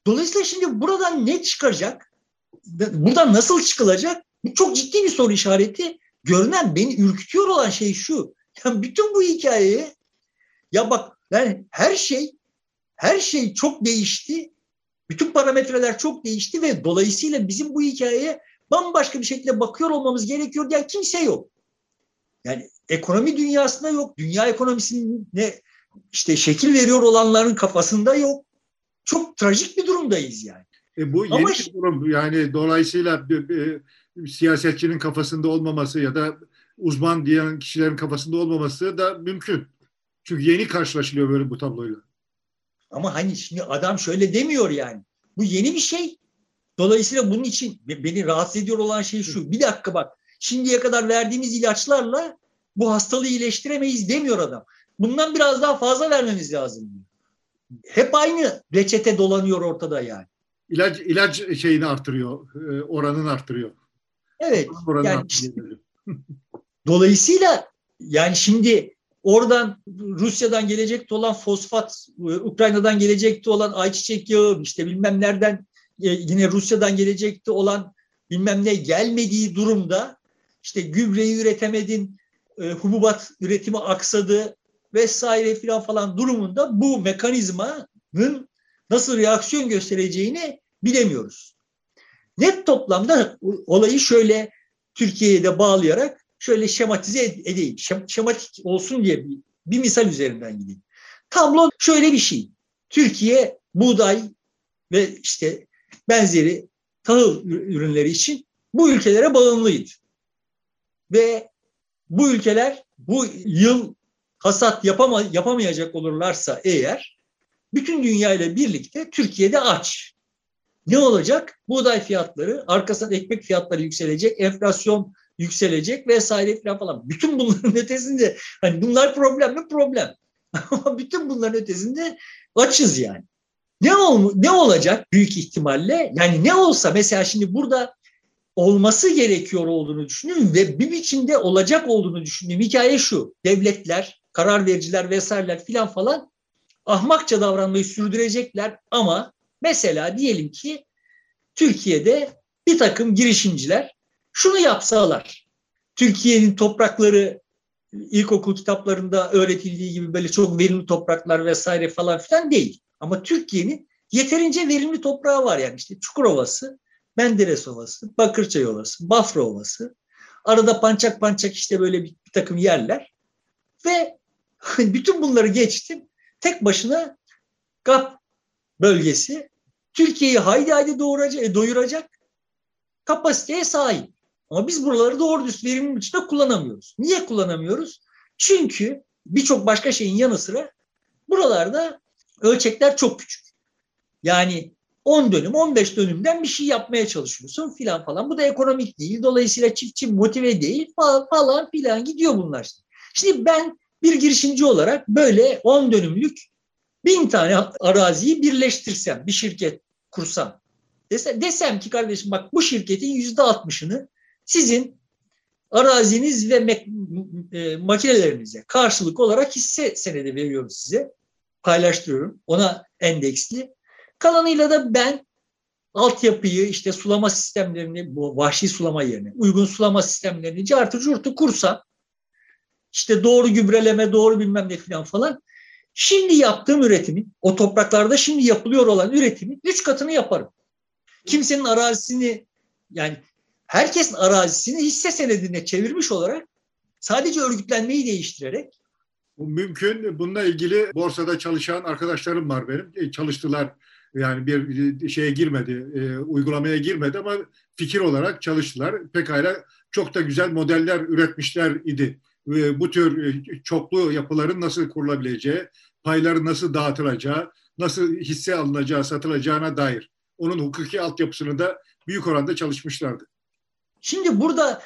Speaker 2: Dolayısıyla şimdi buradan ne çıkacak? Buradan nasıl çıkılacak? Bu çok ciddi bir soru işareti. Görünen, beni ürkütüyor olan şey şu. Yani bütün bu hikayeye, ya bak, yani her şey çok değişti. Bütün parametreler çok değişti ve dolayısıyla bizim bu hikayeye bambaşka bir şekilde bakıyor olmamız gerekiyor diye kimse yok. Yani ekonomi dünyasında yok. Dünya ekonomisine işte şekil veriyor olanların kafasında yok. Çok trajik bir durumdayız yani.
Speaker 1: Bu yeni bir durum. Yani dolayısıyla bir siyasetçinin kafasında olmaması ya da uzman diyen kişilerin kafasında olmaması da mümkün. Çünkü yeni karşılaşılıyor böyle bu tabloyla.
Speaker 2: Ama hani şimdi adam şöyle demiyor yani. Bu yeni bir şey. Dolayısıyla bunun için beni rahatsız ediyor olan şey şu. Bir dakika bak. Şimdiye kadar verdiğimiz ilaçlarla bu hastalığı iyileştiremeyiz demiyor adam. Bundan biraz daha fazla vermemiz lazım diyor. Hep aynı reçete dolanıyor ortada yani.
Speaker 1: İlaç şeyini artırıyor, oranını artırıyor.
Speaker 2: Evet.
Speaker 1: Oranını
Speaker 2: Yani
Speaker 1: artırıyor.
Speaker 2: dolayısıyla yani şimdi oradan Rusya'dan gelecekte olan fosfat, Ukrayna'dan gelecekte olan ayçiçek yağı, işte bilmem nereden yine Rusya'dan gelecekte olan bilmem ne gelmediği durumda işte gübreyi üretemedin, hububat üretimi aksadı vesaire filan falan durumunda bu mekanizmanın nasıl reaksiyon göstereceğini bilemiyoruz. Net toplamda olayı şöyle Türkiye'ye de bağlayarak şöyle şematize edeyim. Şematik olsun diye bir misal üzerinden gideyim. Tablo şöyle bir şey. Türkiye buğday ve işte benzeri tahıl ürünleri için bu ülkelere bağımlıydı. Ve bu ülkeler bu yıl hasat yapamayacak olurlarsa eğer bütün dünya ile birlikte Türkiye'de aç. Ne olacak? Buğday fiyatları, arkasından ekmek fiyatları yükselecek, enflasyon yükselecek vesaire falan. Bütün bunların ötesinde, hani bunlar problem mi? Problem. Ama bütün bunların ötesinde açız yani. Ne olacak büyük ihtimalle? Yani ne olsa mesela şimdi burada olması gerekiyor olduğunu düşündüm ve bir biçimde olacak olduğunu düşündüğüm hikaye şu. Devletler, karar vericiler vesaireler filan falan ahmakça davranmayı sürdürecekler ama mesela diyelim ki Türkiye'de bir takım girişimciler şunu yapsalar. Türkiye'nin toprakları ilkokul kitaplarında öğretildiği gibi böyle çok verimli topraklar vesaire falan filan değil. Ama Türkiye'nin yeterince verimli toprağı var yani işte Çukurova'sı, Menderes Ovası, Bakırçay Ovası, Bafra Ovası. Arada pançak işte böyle bir takım yerler. Ve bütün bunları geçtim. Tek başına GAP bölgesi Türkiye'yi haydi doyuracak kapasiteye sahip. Ama biz buraları doğru düz verimli biçimde kullanamıyoruz. Niye kullanamıyoruz? Çünkü birçok başka şeyin yanı sıra buralarda ölçekler çok küçük. Yani 10 dönüm, 15 dönümden bir şey yapmaya çalışıyorsun filan falan. Bu da ekonomik değil. Dolayısıyla çiftçi motive değil falan filan gidiyor bunlar. Şimdi ben bir girişimci olarak böyle 10 dönümlük 1000 tane araziyi birleştirsem, bir şirket kursam. Desem ki kardeşim bak bu şirketin %60'ını sizin araziniz ve makinelerinize karşılık olarak hisse senedi veriyoruz size. Paylaştırıyorum. Ona endeksli. Kalanıyla da ben altyapıyı işte sulama sistemlerini bu vahşi sulama yerine uygun sulama sistemlerini cartı curtu kursam işte doğru gübreleme doğru bilmem ne falan şimdi yaptığım üretimin o topraklarda şimdi yapılıyor olan üretimin 3 katını yaparım. Kimsenin arazisini yani herkesin arazisini hisse senedine çevirmiş olarak sadece örgütlenmeyi değiştirerek.
Speaker 1: Bu mümkün. Bununla ilgili borsada çalışan arkadaşlarım var benim. Çalıştılar yani bir şeye girmedi, uygulamaya girmedi ama fikir olarak çalıştılar. Pekala çok da güzel modeller üretmişler idi. Bu tür çoklu yapıların nasıl kurulabileceği, payların nasıl dağıtılacağı, nasıl hisse alınacağı, satılacağına dair. Onun hukuki altyapısını da büyük oranda çalışmışlardı.
Speaker 2: Şimdi burada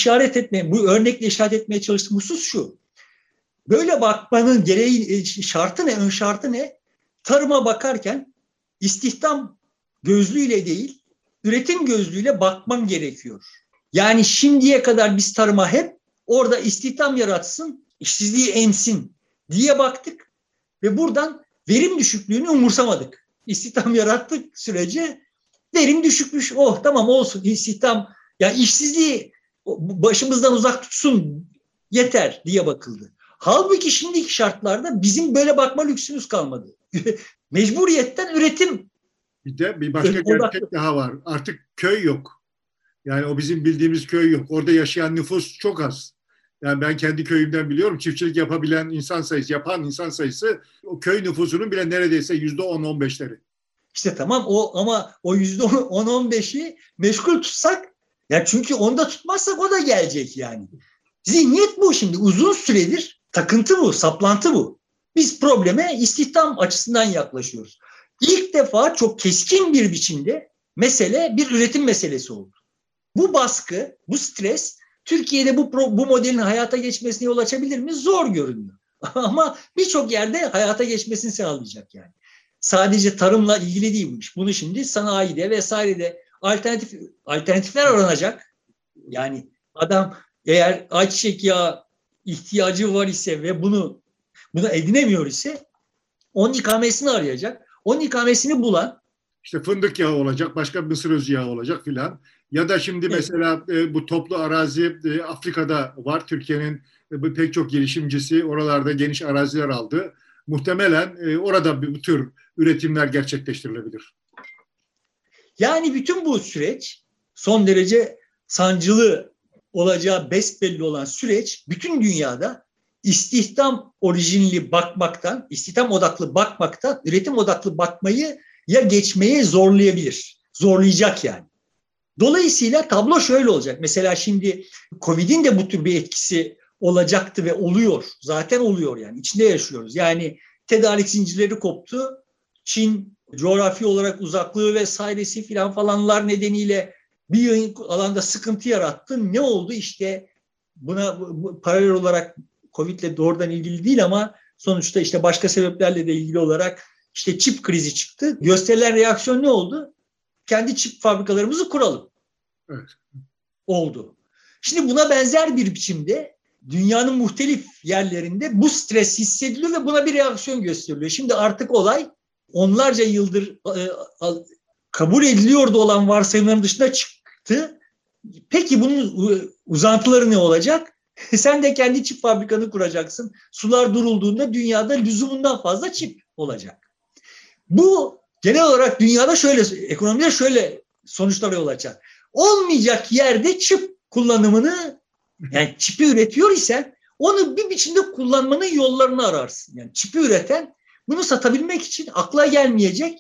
Speaker 2: bu örnekle işaret etmeye çalıştığım husus şu. Böyle bakmanın şartı ne, ön şartı ne? Tarıma bakarken istihdam gözlüğüyle değil, üretim gözlüğüyle bakmam gerekiyor. Yani şimdiye kadar biz tarıma hep orada istihdam yaratsın, işsizliği emsin diye baktık ve buradan verim düşüklüğünü umursamadık. İstihdam yarattık sürece verim düşükmüş. Oh tamam olsun istihdam ya işsizliği başımızdan uzak tutsun yeter diye bakıldı. Halbuki şimdiki şartlarda bizim böyle bakma lüksümüz kalmadı. Mecburiyetten üretim.
Speaker 1: Bir başka gerçek daha var. Artık köy yok. Yani o bizim bildiğimiz köy yok. Orada yaşayan nüfus çok az. Yani ben kendi köyümden biliyorum. Çiftçilik yapabilen insan sayısı, yapan insan sayısı o köy nüfusunun bile neredeyse %10-15'leri.
Speaker 2: İşte tamam ama o %10-15'i meşgul tutsak ya çünkü onu da tutmazsak o da gelecek yani. Zihniyet bu şimdi. Uzun süredir takıntı bu, saplantı bu. Biz probleme istihdam açısından yaklaşıyoruz. İlk defa çok keskin bir biçimde mesele bir üretim meselesi oldu. Bu baskı, bu stres Türkiye'de bu modelin hayata geçmesine yol açabilir mi? Zor görünüyor. Ama birçok yerde hayata geçmesini sağlayacak yani. Sadece tarımla ilgili değil bu iş. Bunu şimdi sanayide vesairede alternatifler aranacak. Yani adam eğer ayçiçek yağı ihtiyacı var ise ve bunu edinemiyor ise onun ikamesini arayacak. Onun ikamesini bulan
Speaker 1: İşte fındık yağı olacak, başka mısır özü yağı olacak filan. Ya da şimdi mesela bu toplu arazi Afrika'da var. Türkiye'nin pek çok girişimcisi oralarda geniş araziler aldı. Muhtemelen orada bu tür üretimler gerçekleştirilebilir.
Speaker 2: Yani bütün bu süreç son derece sancılı olacağı besbelli olan süreç bütün dünyada istihdam orijinli bakmaktan, istihdam odaklı bakmaktan üretim odaklı bakmayı ya geçmeye zorlayabilir. Zorlayacak yani. Dolayısıyla tablo şöyle olacak. Mesela şimdi Covid'in de bu tür bir etkisi olacaktı ve oluyor. Zaten oluyor yani. İçinde yaşıyoruz. Yani tedarik zincirleri koptu. Çin coğrafi olarak uzaklığı vesairesi filan falanlar nedeniyle bir alanda sıkıntı yarattı. Ne oldu? İşte buna paralel olarak Covid'le doğrudan ilgili değil ama sonuçta işte başka sebeplerle de ilgili olarak işte çip krizi çıktı. Gösterilen reaksiyon ne oldu? Kendi çip fabrikalarımızı kuralım.
Speaker 1: Evet.
Speaker 2: Oldu. Şimdi buna benzer bir biçimde dünyanın muhtelif yerlerinde bu stres hissediliyor ve buna bir reaksiyon gösteriliyor. Şimdi artık olay onlarca yıldır kabul ediliyordu olan varsayımların dışına çıktı. Peki bunun uzantıları ne olacak? Sen de kendi çip fabrikanı kuracaksın. Sular durulduğunda dünyada lüzumundan fazla çip olacak. Bu genel olarak dünyada şöyle, ekonomide şöyle sonuçlara yol açar. Olmayacak yerde çip kullanımını, yani çipi üretiyor isen onu bir biçimde kullanmanın yollarını ararsın. Yani çipi üreten bunu satabilmek için akla gelmeyecek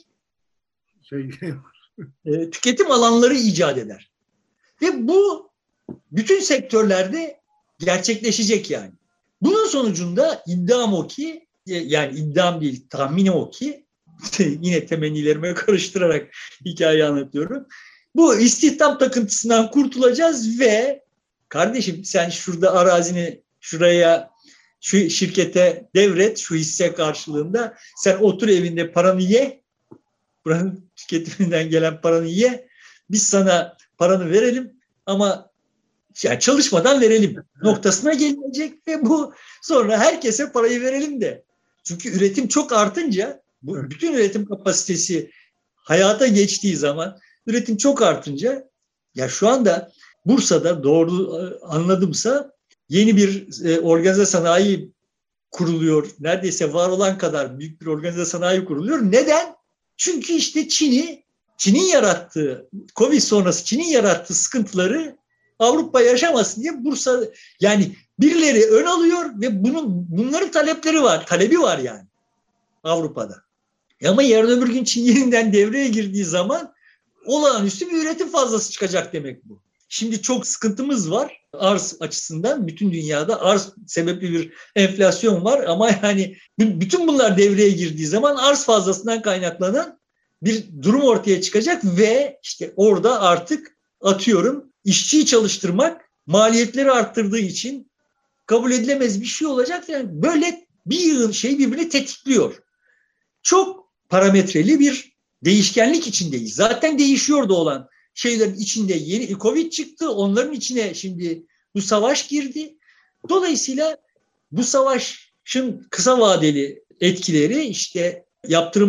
Speaker 2: tüketim alanları icat eder. Ve bu bütün sektörlerde gerçekleşecek yani. Bunun sonucunda iddiam o ki, yani iddiam değil tahminim o ki, yine temennilerime karıştırarak hikayeyi anlatıyorum. Bu istihdam takıntısından kurtulacağız ve kardeşim sen şurada arazini şuraya şu şirkete devret şu hisse karşılığında sen otur evinde paranı ye, buranın tüketiminden gelen paranı ye, biz sana paranı verelim ama yani çalışmadan verelim noktasına gelecek ve bu sonra herkese parayı verelim de. Çünkü üretim çok artınca bu bütün üretim kapasitesi hayata geçtiği zaman üretim çok artınca ya şu anda Bursa'da doğru anladımsa yeni bir organize sanayi kuruluyor. Neredeyse var olan kadar büyük bir organize sanayi kuruluyor. Neden? Çünkü işte Çin'in yarattığı, Covid sonrası Çin'in yarattığı sıkıntıları Avrupa yaşamasın diye Bursa yani birileri ön alıyor ve bunların talebi var yani Avrupa'da. Ama yarın öbür gün Çin yeniden devreye girdiği zaman olağanüstü bir üretim fazlası çıkacak demek bu. Şimdi çok sıkıntımız var arz açısından bütün dünyada arz sebepli bir enflasyon var ama yani bütün bunlar devreye girdiği zaman arz fazlasından kaynaklanan bir durum ortaya çıkacak ve işte orada artık atıyorum işçiyi çalıştırmak maliyetleri arttırdığı için kabul edilemez bir şey olacak. Yani böyle bir yığın şey birbirini tetikliyor. Çok parametreli bir değişkenlik içindeyiz. Zaten değişiyordu olan şeylerin içinde yeni Covid çıktı. Onların içine şimdi bu savaş girdi. Dolayısıyla bu savaşın kısa vadeli etkileri işte yaptırım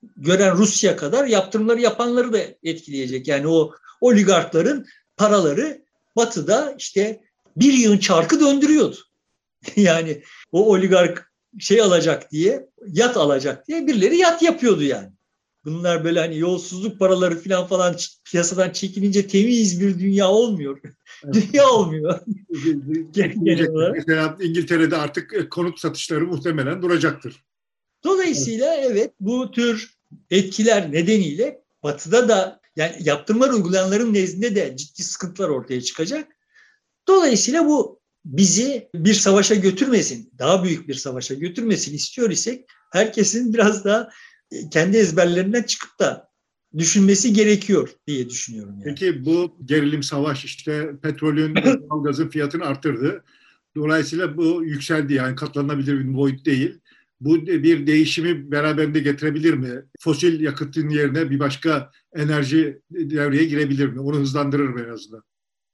Speaker 2: gören Rusya kadar yaptırımları yapanları da etkileyecek. Yani o oligarkların paraları Batı'da işte bir yığın çarkı döndürüyordu. Yani o oligark şey alacak diye, yat alacak diye birileri yat yapıyordu yani. Bunlar böyle hani yolsuzluk paraları falan piyasadan çekilince temiz bir dünya olmuyor. Evet. Dünya olmuyor.
Speaker 1: Genel olarak. Mesela İngiltere'de artık konut satışları muhtemelen duracaktır.
Speaker 2: Dolayısıyla evet bu tür etkiler nedeniyle Batı'da da yani yaptırımlar uygulayanların nezdinde de ciddi sıkıntılar ortaya çıkacak. Dolayısıyla bu bizi bir savaşa götürmesin, daha büyük bir savaşa götürmesin istiyor isek herkesin biraz daha kendi ezberlerinden çıkıp da düşünmesi gerekiyor diye düşünüyorum. Yani.
Speaker 1: Peki bu gerilim, savaş işte petrolün, gazın fiyatını arttırdı. Dolayısıyla bu yükseldi yani katlanabilir bir boyut değil. Bu bir değişimi beraberinde getirebilir mi? Fosil yakıtın yerine bir başka enerji devreye girebilir mi? Onu hızlandırır mı en azından?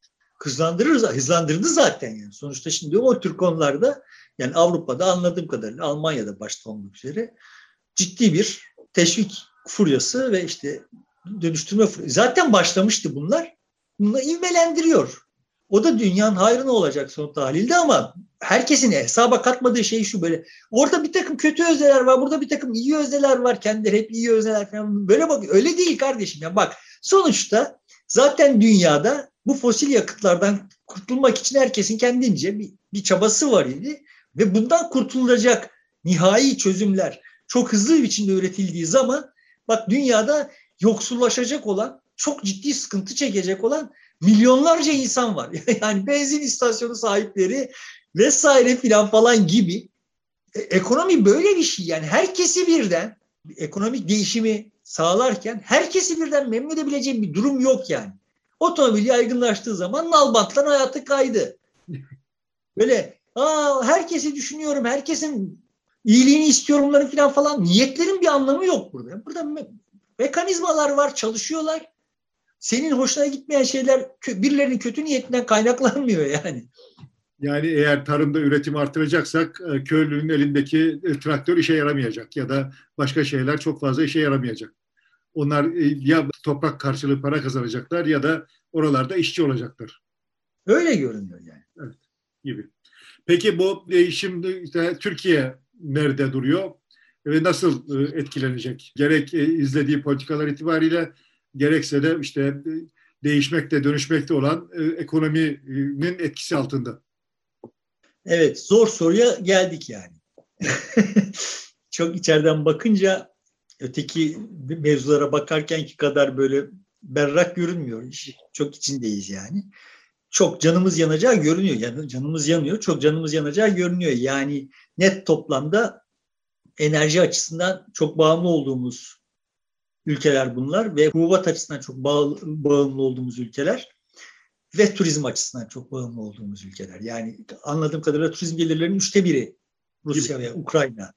Speaker 2: Hızlandırdı zaten yani. Sonuçta şimdi o tür konularda yani Avrupa'da anladığım kadarıyla Almanya'da başta olmak üzere ciddi bir teşvik furyası ve işte dönüştürme furyası. Zaten başlamıştı bunlar. Bunu ivmelendiriyor. O da dünyanın hayrına olacak son tahlilde ama herkesin hesaba katmadığı şey şu böyle. Orada bir takım kötü özneler var. Burada bir takım iyi özneler var. Kendileri hep iyi özneler falan. Böyle bak öyle değil kardeşim. Ya bak sonuçta zaten dünyada bu fosil yakıtlardan kurtulmak için herkesin kendince bir çabası var idi. Ve bundan kurtulacak nihai çözümler çok hızlı bir biçimde üretildiği zaman bak dünyada yoksullaşacak olan, çok ciddi sıkıntı çekecek olan milyonlarca insan var. Yani benzin istasyonu sahipleri vesaire falan gibi. Ekonomi böyle bir şey. Yani herkesi birden ekonomik değişimi sağlarken herkesi birden memnun edebileceğim bir durum yok yani. Otomobil yaygınlaştığı zaman nalbantlar hayatı kaydı. Böyle herkesi düşünüyorum, herkesin iyiliğini istiyorumları falan. Niyetlerin bir anlamı yok burada. Burada mekanizmalar var, çalışıyorlar. Senin hoşuna gitmeyen şeyler birilerinin kötü niyetinden kaynaklanmıyor yani.
Speaker 1: Yani eğer tarımda üretim artıracaksak köylünün elindeki traktör işe yaramayacak ya da başka şeyler çok fazla işe yaramayacak. Onlar ya toprak karşılığı para kazanacaklar ya da oralarda işçi olacaklar.
Speaker 2: Öyle görünüyor yani.
Speaker 1: Evet, gibi. Peki bu şimdi işte Türkiye nerede duruyor ve nasıl etkilenecek? Gerek izlediği politikalar itibariyle gerekse de işte değişmekte, dönüşmekte olan ekonominin etkisi altında.
Speaker 2: Evet, zor soruya geldik yani. Çok içeriden bakınca öteki mevzulara bakarkenki kadar böyle berrak görünmüyor iş. Çok içindeyiz yani. Çok canımız yanacağı görünüyor. Yani canımız yanıyor. Çok canımız yanacağı görünüyor. Yani net toplamda enerji açısından çok bağımlı olduğumuz ülkeler bunlar ve hububat açısından çok bağımlı olduğumuz ülkeler ve turizm açısından çok bağımlı olduğumuz ülkeler. Yani anladığım kadarıyla turizm gelirlerinin 1/3 Rusya ve Ukrayna.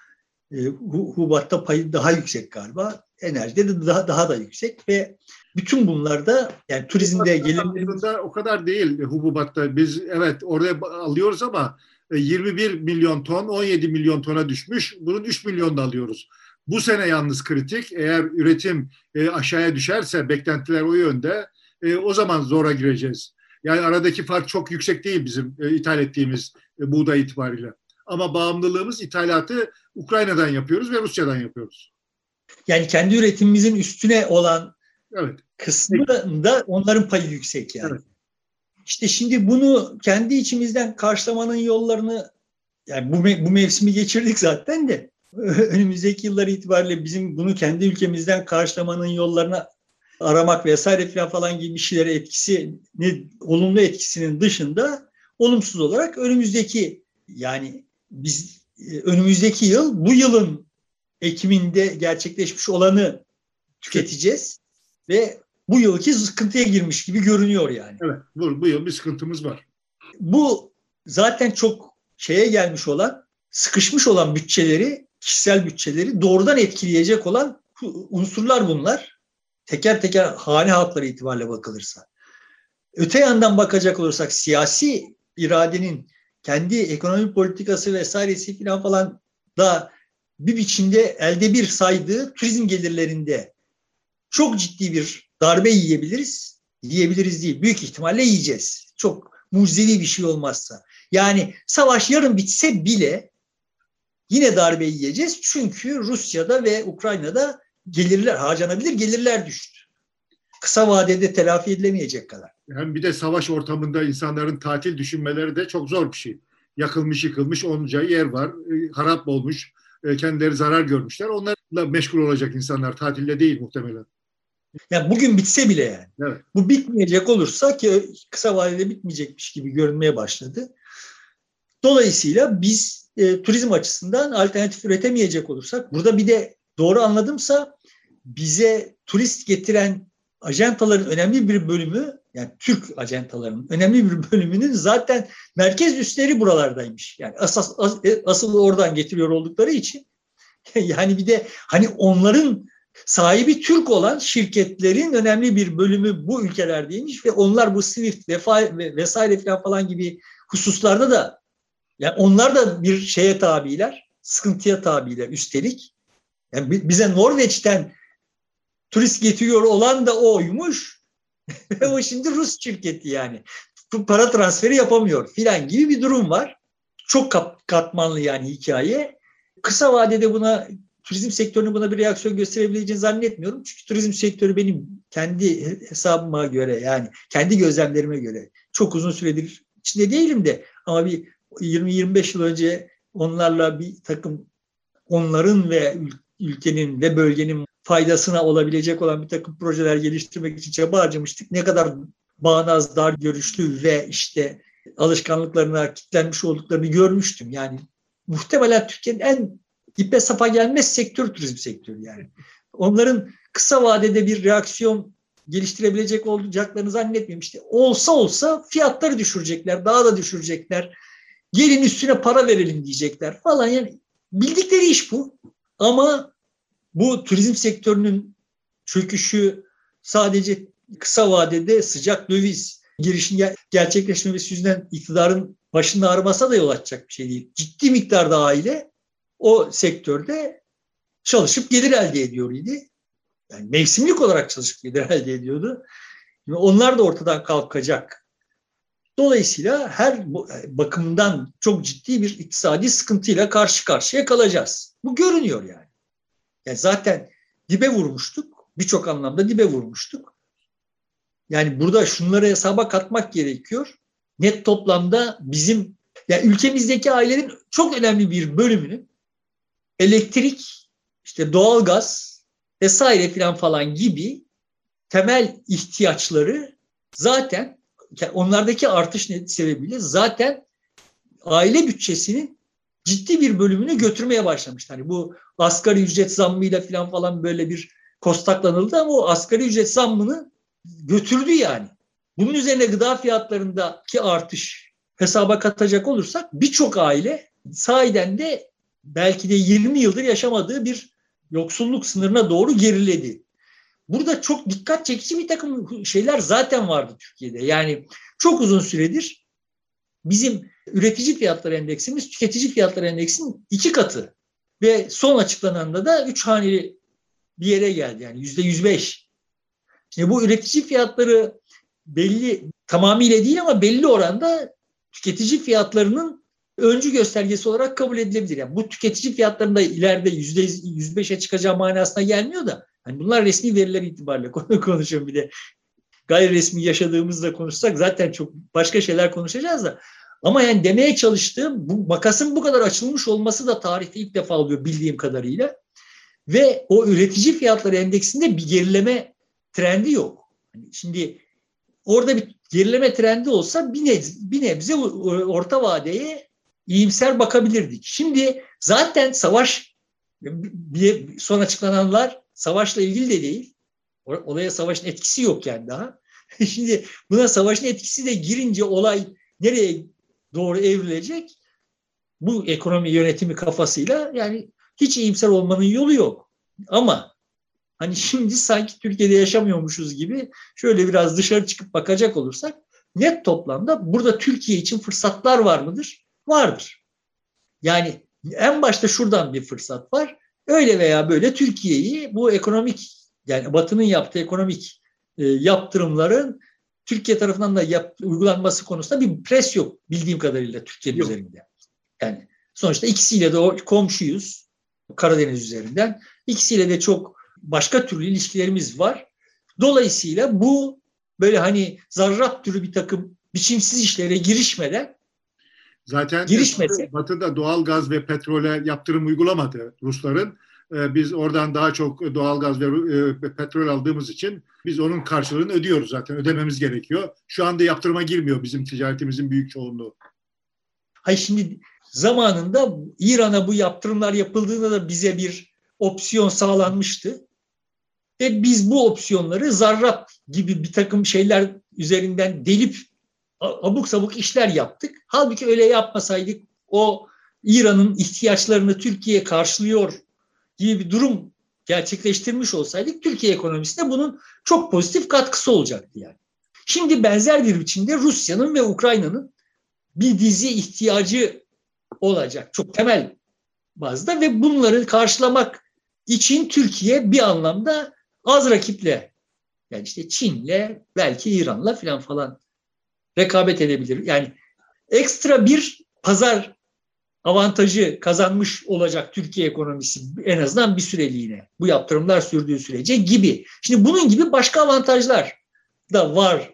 Speaker 2: Hububatta payı daha yüksek galiba. Enerjide de daha da yüksek ve bütün bunlarda yani turizmde gelirlerimiz...
Speaker 1: O kadar değil hububatta. Biz evet oraya alıyoruz ama 21 milyon ton 17 milyon tona düşmüş. Bunun 3 milyonunu alıyoruz. Bu sene yalnız kritik. Eğer üretim aşağıya düşerse beklentiler o yönde o zaman zora gireceğiz. Yani aradaki fark çok yüksek değil bizim ithal ettiğimiz buğday itibariyle. Ama bağımlılığımız ithalatı Ukrayna'dan yapıyoruz ve Rusya'dan yapıyoruz.
Speaker 2: Yani kendi üretimimizin üstüne olan
Speaker 1: evet.
Speaker 2: kısmında onların payı yüksek yani.
Speaker 1: Evet.
Speaker 2: İşte şimdi bunu kendi içimizden karşılamanın yollarını yani bu mevsimi geçirdik zaten de önümüzdeki yıllar itibariyle bizim bunu kendi ülkemizden karşılamanın yollarını aramak vesaire falan gibi bir şeylere olumlu etkisinin dışında olumsuz olarak önümüzdeki yani biz önümüzdeki yıl bu yılın Ekim'inde gerçekleşmiş olanı tüketeceğiz ve bu yılki sıkıntıya girmiş gibi görünüyor yani.
Speaker 1: Evet, bu yıl bir sıkıntımız var.
Speaker 2: Bu zaten çok gelmiş olan, sıkışmış olan bütçeleri, kişisel bütçeleri doğrudan etkileyecek olan unsurlar bunlar. Teker teker hane halkları itibariyle bakılırsa. Öte yandan bakacak olursak siyasi iradenin kendi ekonomi politikası vesairesi falan da bir biçimde elde bir saydığı turizm gelirlerinde çok ciddi bir darbe yiyebiliriz. Yiyebiliriz değil, büyük ihtimalle yiyeceğiz. Çok mucizevi bir şey olmazsa. Yani savaş yarın bitse bile yine darbe yiyeceğiz. Çünkü Rusya'da ve Ukrayna'da harcanabilir gelirler düştü. Kısa vadede telafi edilemeyecek kadar.
Speaker 1: Hem bir de savaş ortamında insanların tatil düşünmeleri de çok zor bir şey. Yakılmış yıkılmış onca yer var. Harap olmuş. Kendileri zarar görmüşler. Onlarla meşgul olacak insanlar. Tatilde değil muhtemelen.
Speaker 2: Yani bugün bitse bile yani.
Speaker 1: Evet.
Speaker 2: Bu bitmeyecek olursa, ki kısa vadede bitmeyecekmiş gibi görünmeye başladı. Dolayısıyla biz turizm açısından alternatif üretemeyecek olursak, burada bir de doğru anladımsa bize turist getiren ajantaların önemli bir bölümü, yani Türk ajantalarının önemli bir bölümünün zaten merkez üsleri buralardaymış. Yani asıl oradan getiriyor oldukları için yani bir de hani onların sahibi Türk olan şirketlerin önemli bir bölümü bu ülkelerdeymiş ve onlar bu Swift vesaire falan gibi hususlarda da, yani onlar da bir şeye tabiler, sıkıntıya tabiler üstelik. Yani bize Norveç'ten turist getiriyor olan da oymuş. Ve o şimdi Rus şirketi yani. Para transferi yapamıyor filan gibi bir durum var. Çok katmanlı yani hikaye. Kısa vadede turizm sektörünün buna bir reaksiyon gösterebileceğini zannetmiyorum. Çünkü turizm sektörü benim kendi hesabıma göre, yani kendi gözlemlerime göre çok uzun süredir içinde değilim de, ama bir 20-25 yıl önce onlarla bir takım, onların ve ülkenin ve bölgenin faydasına olabilecek olan bir takım projeler geliştirmek için çaba harcamıştık. Ne kadar bağnaz, dar görüşlü ve işte alışkanlıklarına kilitlenmiş olduklarını görmüştüm. Yani muhtemelen Türkiye'nin en ipe sapa gelmez sektör turizm sektörü yani. Onların kısa vadede bir reaksiyon geliştirebilecek olacaklarını zannetmiyorum. İşte olsa fiyatları düşürecekler, daha da düşürecekler. Gelin üstüne para verelim diyecekler falan. Yani bildikleri iş bu. Ama bu turizm sektörünün çöküşü sadece kısa vadede sıcak döviz girişin gerçekleşmemesi yüzünden iktidarın başının ağrımasına da yol açacak bir şey değil. Ciddi miktarda aile o sektörde çalışıp gelir elde ediyor idi. Yani mevsimlik olarak çalışıp gelir elde ediyordu. Onlar da ortadan kalkacak. Dolayısıyla her bakımdan çok ciddi bir iktisadi sıkıntıyla karşı karşıya kalacağız. Bu görünüyor yani. Yani zaten dibe vurmuştuk. Birçok anlamda dibe vurmuştuk. Yani burada şunları hesaba katmak gerekiyor. Net toplamda bizim, yani ülkemizdeki ailelerin çok önemli bir bölümünün elektrik, işte doğalgaz vesaire falan gibi temel ihtiyaçları zaten, onlardaki artış sebebiyle zaten aile bütçesinin ciddi bir bölümünü götürmeye başlamıştı. Hani bu asgari ücret zammıyla falan böyle bir kostaklanıldı ama o asgari ücret zammını götürdü yani. Bunun üzerine gıda fiyatlarındaki artış hesaba katacak olursak birçok aile sahiden de belki de 20 yıldır yaşamadığı bir yoksulluk sınırına doğru geriledi. Burada çok dikkat çekici bir takım şeyler zaten vardı Türkiye'de. Yani çok uzun süredir bizim üretici fiyatları endeksimiz tüketici fiyatları endeksinin 2 katı. Ve son açıklananda da 3 haneli bir yere geldi. Yani %105. Şimdi bu üretici fiyatları belli, tamamıyla değil ama belli oranda tüketici fiyatlarının öncü göstergesi olarak kabul edilebilir. Yani bu tüketici fiyatlarında ileride %105'e çıkacağı manasına gelmiyor da, hani bunlar resmi veriler itibariyle konuşuyorum, bir de gayri resmi yaşadığımızda konuşsak zaten çok başka şeyler konuşacağız da. Ama yani demeye çalıştığım, bu makasın bu kadar açılmış olması da tarihte ilk defa oluyor bildiğim kadarıyla. Ve o üretici fiyatları endeksinde bir gerileme trendi yok. Şimdi orada bir gerileme trendi olsa bir nebze orta vadeye iyimser bakabilirdik. Şimdi zaten savaş, son açıklananlar savaşla ilgili de değil. Olaya savaşın etkisi yok yani daha. Şimdi buna savaşın etkisi de girince olay nereye doğru evrilecek? Bu ekonomi yönetimi kafasıyla yani hiç iyimser olmanın yolu yok. Ama hani şimdi sanki Türkiye'de yaşamıyormuşuz gibi şöyle biraz dışarı çıkıp bakacak olursak net toplamda burada Türkiye için fırsatlar var mıdır? Vardır. Yani En başta şuradan bir fırsat var. Öyle veya böyle Türkiye'yi bu ekonomik, yani Batı'nın yaptığı ekonomik yaptırımların Türkiye tarafından da uygulanması konusunda bir pres yok bildiğim kadarıyla Türkiye'nin üzerinde. Yani sonuçta ikisiyle de komşuyuz Karadeniz üzerinden. İkisiyle de çok başka türlü ilişkilerimiz var. Dolayısıyla bu böyle hani zarrab türü bir takım biçimsiz işlere girişmeden
Speaker 1: zaten Batı'da doğal gaz ve petrole yaptırım uygulamadı Rusların. Biz oradan daha çok doğal gaz ve petrol aldığımız için biz onun karşılığını ödüyoruz zaten. Ödememiz gerekiyor. Şu anda yaptırıma girmiyor bizim ticaretimizin büyük çoğunluğu.
Speaker 2: Hayır, şimdi zamanında İran'a bu yaptırımlar yapıldığında da bize bir opsiyon sağlanmıştı. Ve biz bu opsiyonları zarrab gibi bir takım şeyler üzerinden delip abuk sabuk işler yaptık. Halbuki öyle yapmasaydık o İran'ın ihtiyaçlarını Türkiye karşılıyor gibi bir durum gerçekleştirmiş olsaydık Türkiye ekonomisine bunun çok pozitif katkısı olacaktı yani. Şimdi benzer bir biçimde Rusya'nın ve Ukrayna'nın bir dizi ihtiyacı olacak çok temel bazda ve bunları karşılamak için Türkiye bir anlamda az rakiple, yani işte Çin'le belki İran'la falan rekabet edebilir. Yani ekstra bir pazar avantajı kazanmış olacak Türkiye ekonomisi en azından bir süreliğine. Bu yaptırımlar sürdüğü sürece gibi. Şimdi bunun gibi başka avantajlar da var.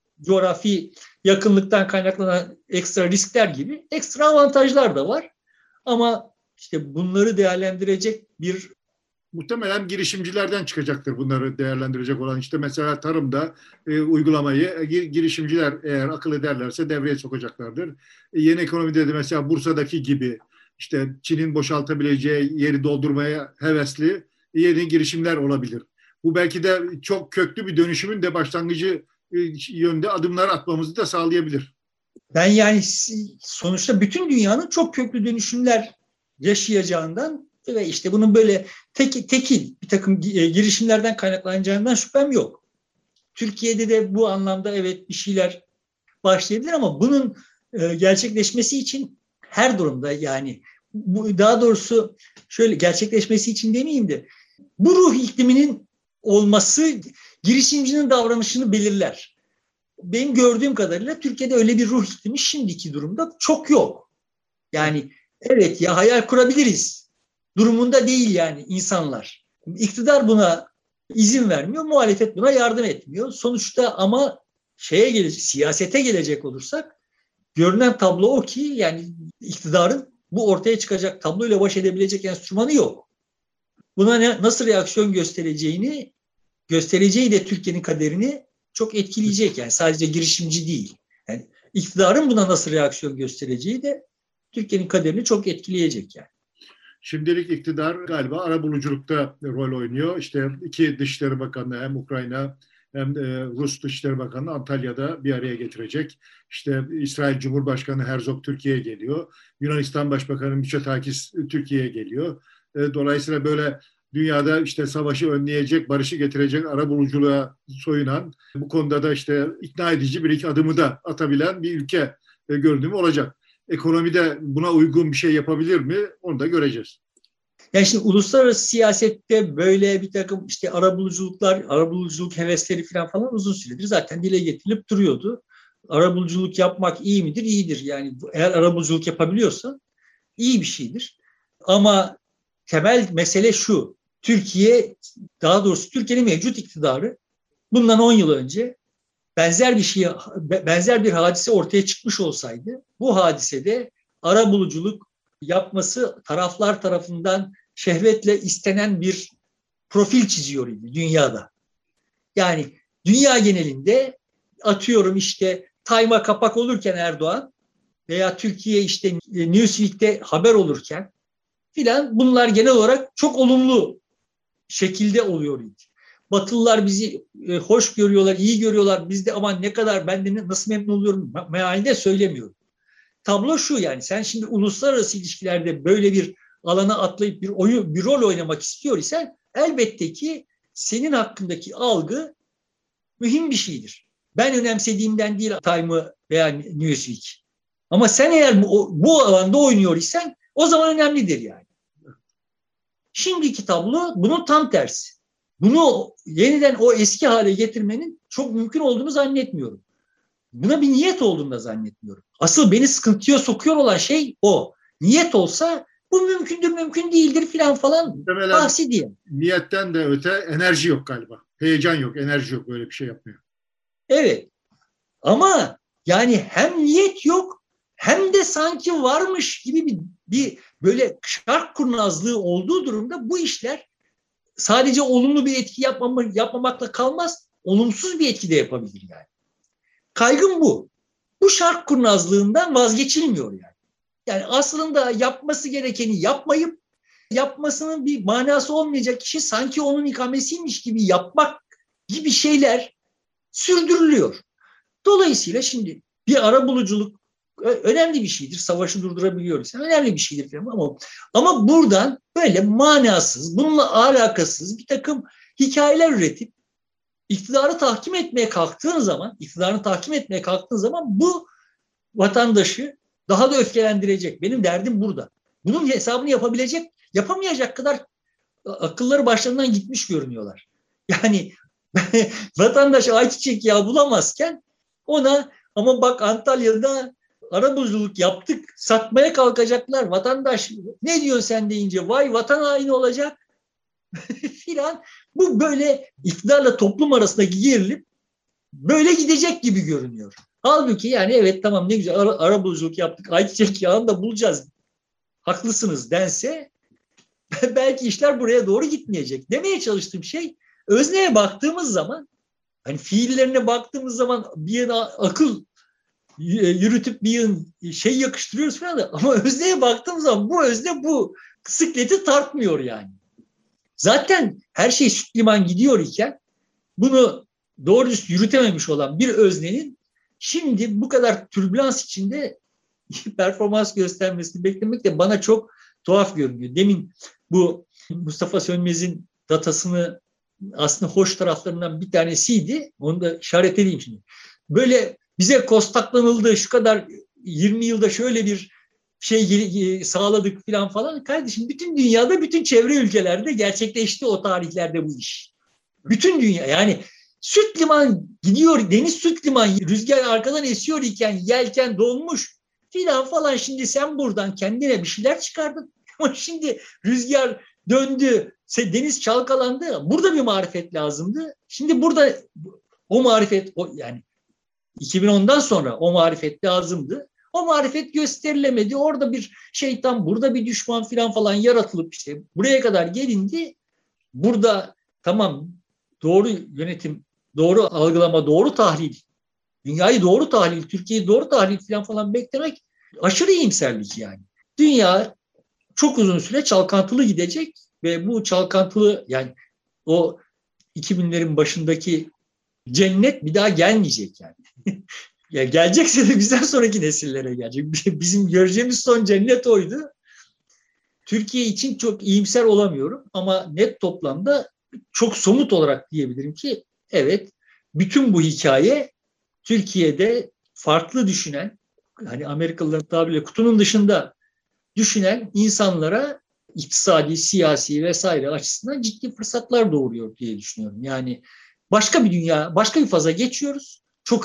Speaker 2: Coğrafi yakınlıktan kaynaklanan ekstra riskler gibi ekstra avantajlar da var. Ama işte bunları değerlendirecek bir...
Speaker 1: Muhtemelen girişimcilerden çıkacaktır bunları değerlendirecek olan. İşte mesela tarımda uygulamayı girişimciler eğer akıl ederlerse devreye sokacaklardır. Yeni ekonomide de mesela Bursa'daki gibi işte Çin'in boşaltabileceği yeri doldurmaya hevesli yeni girişimler olabilir. Bu belki de çok köklü bir dönüşümün de başlangıcı yönde adımlar atmamızı da sağlayabilir.
Speaker 2: Ben yani sonuçta bütün dünyanın çok köklü dönüşümler yaşayacağından ve işte bunun böyle tekil bir takım girişimlerden kaynaklanacağından şüphem yok. Türkiye'de de bu anlamda evet bir şeyler başlayabilir ama bunun gerçekleşmesi için her durumda, yani daha doğrusu şöyle, gerçekleşmesi için demeyeyim de bu ruh ikliminin olması girişimcinin davranışını belirler. Benim gördüğüm kadarıyla Türkiye'de öyle bir ruh iklimi şimdiki durumda çok yok. Yani evet ya, hayal kurabiliriz durumunda değil yani insanlar. İktidar buna izin vermiyor, muhalefet buna yardım etmiyor. Sonuçta ama siyasete gelecek olursak görünen tablo o ki yani iktidarın bu ortaya çıkacak tabloyla baş edebilecek enstrümanı yok. Buna nasıl reaksiyon göstereceği de Türkiye'nin kaderini çok etkileyecek. Yani sadece girişimci değil. Yani iktidarın buna nasıl reaksiyon göstereceği de Türkiye'nin kaderini çok etkileyecek yani.
Speaker 1: Şimdilik iktidar galiba arabuluculukta rol oynuyor. İşte iki Dışişleri Bakanlığı hem Ukrayna hem Rus Dışişleri Bakanlığı Antalya'da bir araya getirecek. İşte İsrail Cumhurbaşkanı Herzog Türkiye'ye geliyor. Yunanistan Başbakanı Mitsotakis Türkiye'ye geliyor. Dolayısıyla böyle dünyada işte savaşı önleyecek, barışı getirecek arabuluculuğa soyunan, bu konuda da işte ikna edici bir iki adımı da atabilen bir ülke görünümü olacak. Ekonomide buna uygun bir şey yapabilir mi? Onu da göreceğiz.
Speaker 2: Yani şimdi uluslararası siyasette böyle bir takım işte arabuluculuk hevesleri falan uzun süredir zaten dile getirilip duruyordu. Arabuluculuk yapmak iyi midir? İyidir. Yani eğer arabuluculuk yapabiliyorsan iyi bir şeydir. Ama temel mesele şu: daha doğrusu Türkiye'nin mevcut iktidarı bundan 10 yıl önce benzer bir hadise ortaya çıkmış olsaydı, bu hadisede arabuluculuk yapması taraflar tarafından şehvetle istenen bir profil çiziyor idi dünyada. Yani dünya genelinde atıyorum işte Time'a kapak olurken Erdoğan veya Türkiye işte Newsweek'te haber olurken filan, bunlar genel olarak çok olumlu şekilde oluyor idi. Batılılar bizi hoş görüyorlar, iyi görüyorlar. Biz de aman ne kadar, ben de nasıl memnun oluyorum mealinde söylemiyorum. Tablo şu: yani sen şimdi uluslararası ilişkilerde böyle bir alana atlayıp bir rol oynamak istiyor isen elbette ki senin hakkındaki algı mühim bir şeydir. Ben önemsediğimden değil Time'ı veya Newsweek. Ama sen eğer bu alanda oynuyor isen O zaman önemlidir yani. Şimdiki tablo bunun tam tersi. Bunu yeniden o eski hale getirmenin çok mümkün olduğunu zannetmiyorum. Buna bir niyet olduğunu da zannetmiyorum. Asıl beni sıkıntıya sokuyor olan şey o. Niyet olsa bu mümkündür, mümkün değildir filan falan bahsi diye.
Speaker 1: Niyetten de öte enerji yok galiba. Heyecan yok, enerji yok, böyle bir şey yapmıyor.
Speaker 2: Evet. Ama yani hem niyet yok hem de sanki varmış gibi bir böyle şark kurnazlığı olduğu durumda bu işler sadece olumlu bir etki yapmamakla kalmaz, olumsuz bir etki de yapabilir yani. Kaygım bu. Bu şark kurnazlığından vazgeçilmiyor yani. Yani aslında yapması gerekeni yapmayıp yapmasının bir manası olmayacak kişi sanki onun ikamesiymiş gibi yapmak gibi şeyler sürdürülüyor. Dolayısıyla şimdi bir arabuluculuk önemli bir şeydir. Savaşı durdurabiliyoruz. Önemli bir şeydir ama buradan böyle manasız, bununla alakasız bir takım hikayeler üretip iktidarı tahkim etmeye kalktığın zaman bu vatandaşı daha da öfkelendirecek. Benim derdim burada. Bunun hesabını yapamayacak kadar akılları başlarından gitmiş görünüyorlar. Yani vatandaş ayçiçek yağı bulamazken ona ama bak Antalya'da arabuluculuk yaptık, satmaya kalkacaklar. Vatandaş ne diyor sen deyince vay vatan haini olacak filan. Bu böyle iktidarla toplum arasındaki gerilim böyle gidecek gibi görünüyor. Halbuki yani evet tamam ne güzel arabuluculuk yaptık, ayçiçek yağını da bulacağız. Haklısınız dense belki işler buraya doğru gitmeyecek. Demeye çalıştığım şey özneye baktığımız zaman hani fiillerine baktığımız zaman bir yana akıl yürütüp bir yan şey yakıştırıyoruz falan da ama özneye baktığımız zaman bu özne bu sıkleti tartmıyor yani. Zaten her şey süt liman gidiyor iken bunu doğru düz yürütememiş olan bir öznenin şimdi bu kadar türbülans içinde performans göstermesini beklemek de bana çok tuhaf görünüyor. Demin bu Mustafa Sönmez'in datasını aslında hoş taraflarından bir tanesiydi. Onu da işaret edeyim şimdi. Böyle bize kostaklanıldı şu kadar 20 yılda şöyle bir şey sağladık falan. Kardeşim bütün dünyada, bütün çevre ülkelerde gerçekleşti o tarihlerde bu iş. Bütün dünya yani süt liman gidiyor, deniz süt liman, rüzgar arkadan esiyor iken yelken dolmuş falan. Şimdi sen buradan kendine bir şeyler çıkardın. Ama şimdi rüzgar döndü, deniz çalkalandı. Burada bir marifet lazımdı. Şimdi burada o marifet yani 2010'dan sonra o marifet lazımdı. O marifet gösterilemedi. Orada bir şeytan, burada bir düşman falan yaratılıp işte buraya kadar gelindi. Burada tamam doğru yönetim, doğru algılama, doğru tahlil, dünyayı doğru tahlil, Türkiye'yi doğru tahlil falan beklemek aşırı iyimserlik yani. Dünya çok uzun süre çalkantılı gidecek ve bu çalkantılı yani o 2000'lerin başındaki cennet bir daha gelmeyecek yani. Ya gelecekse de bizden sonraki nesillere gelecek. Bizim göreceğimiz son cennet oydu. Türkiye için çok iyimser olamıyorum ama net toplamda çok somut olarak diyebilirim ki evet bütün bu hikaye Türkiye'de farklı düşünen hani Amerikalıların tabiriyle kutunun dışında düşünen insanlara iktisadi, siyasi vesaire açısından ciddi fırsatlar doğuruyor diye düşünüyorum. Yani başka bir dünya, başka bir faza geçiyoruz.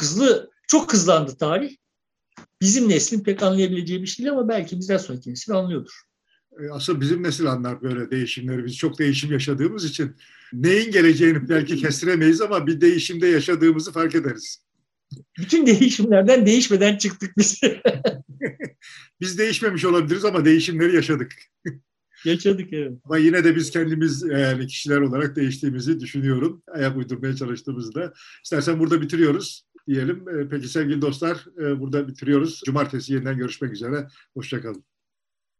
Speaker 2: Çok hızlandı tarih. Bizim neslin pek anlayabileceği bir şey değil ama belki bizden sonraki nesil anlıyordur.
Speaker 1: Asıl bizim nesil anlar böyle değişimleri. Biz çok değişim yaşadığımız için neyin geleceğini belki kestiremeyiz ama bir değişimde yaşadığımızı fark ederiz.
Speaker 2: Bütün değişimlerden değişmeden çıktık biz.
Speaker 1: Biz değişmemiş olabiliriz ama değişimleri yaşadık.
Speaker 2: Yaşadık evet.
Speaker 1: Ama yine de biz kendimiz yani kişiler olarak değiştiğimizi düşünüyorum. Ayak uydurmaya çalıştığımızda. İstersen burada bitiriyoruz diyelim. Peki sevgili dostlar burada bitiriyoruz. Cumartesi yeniden görüşmek üzere. Hoşça kalın.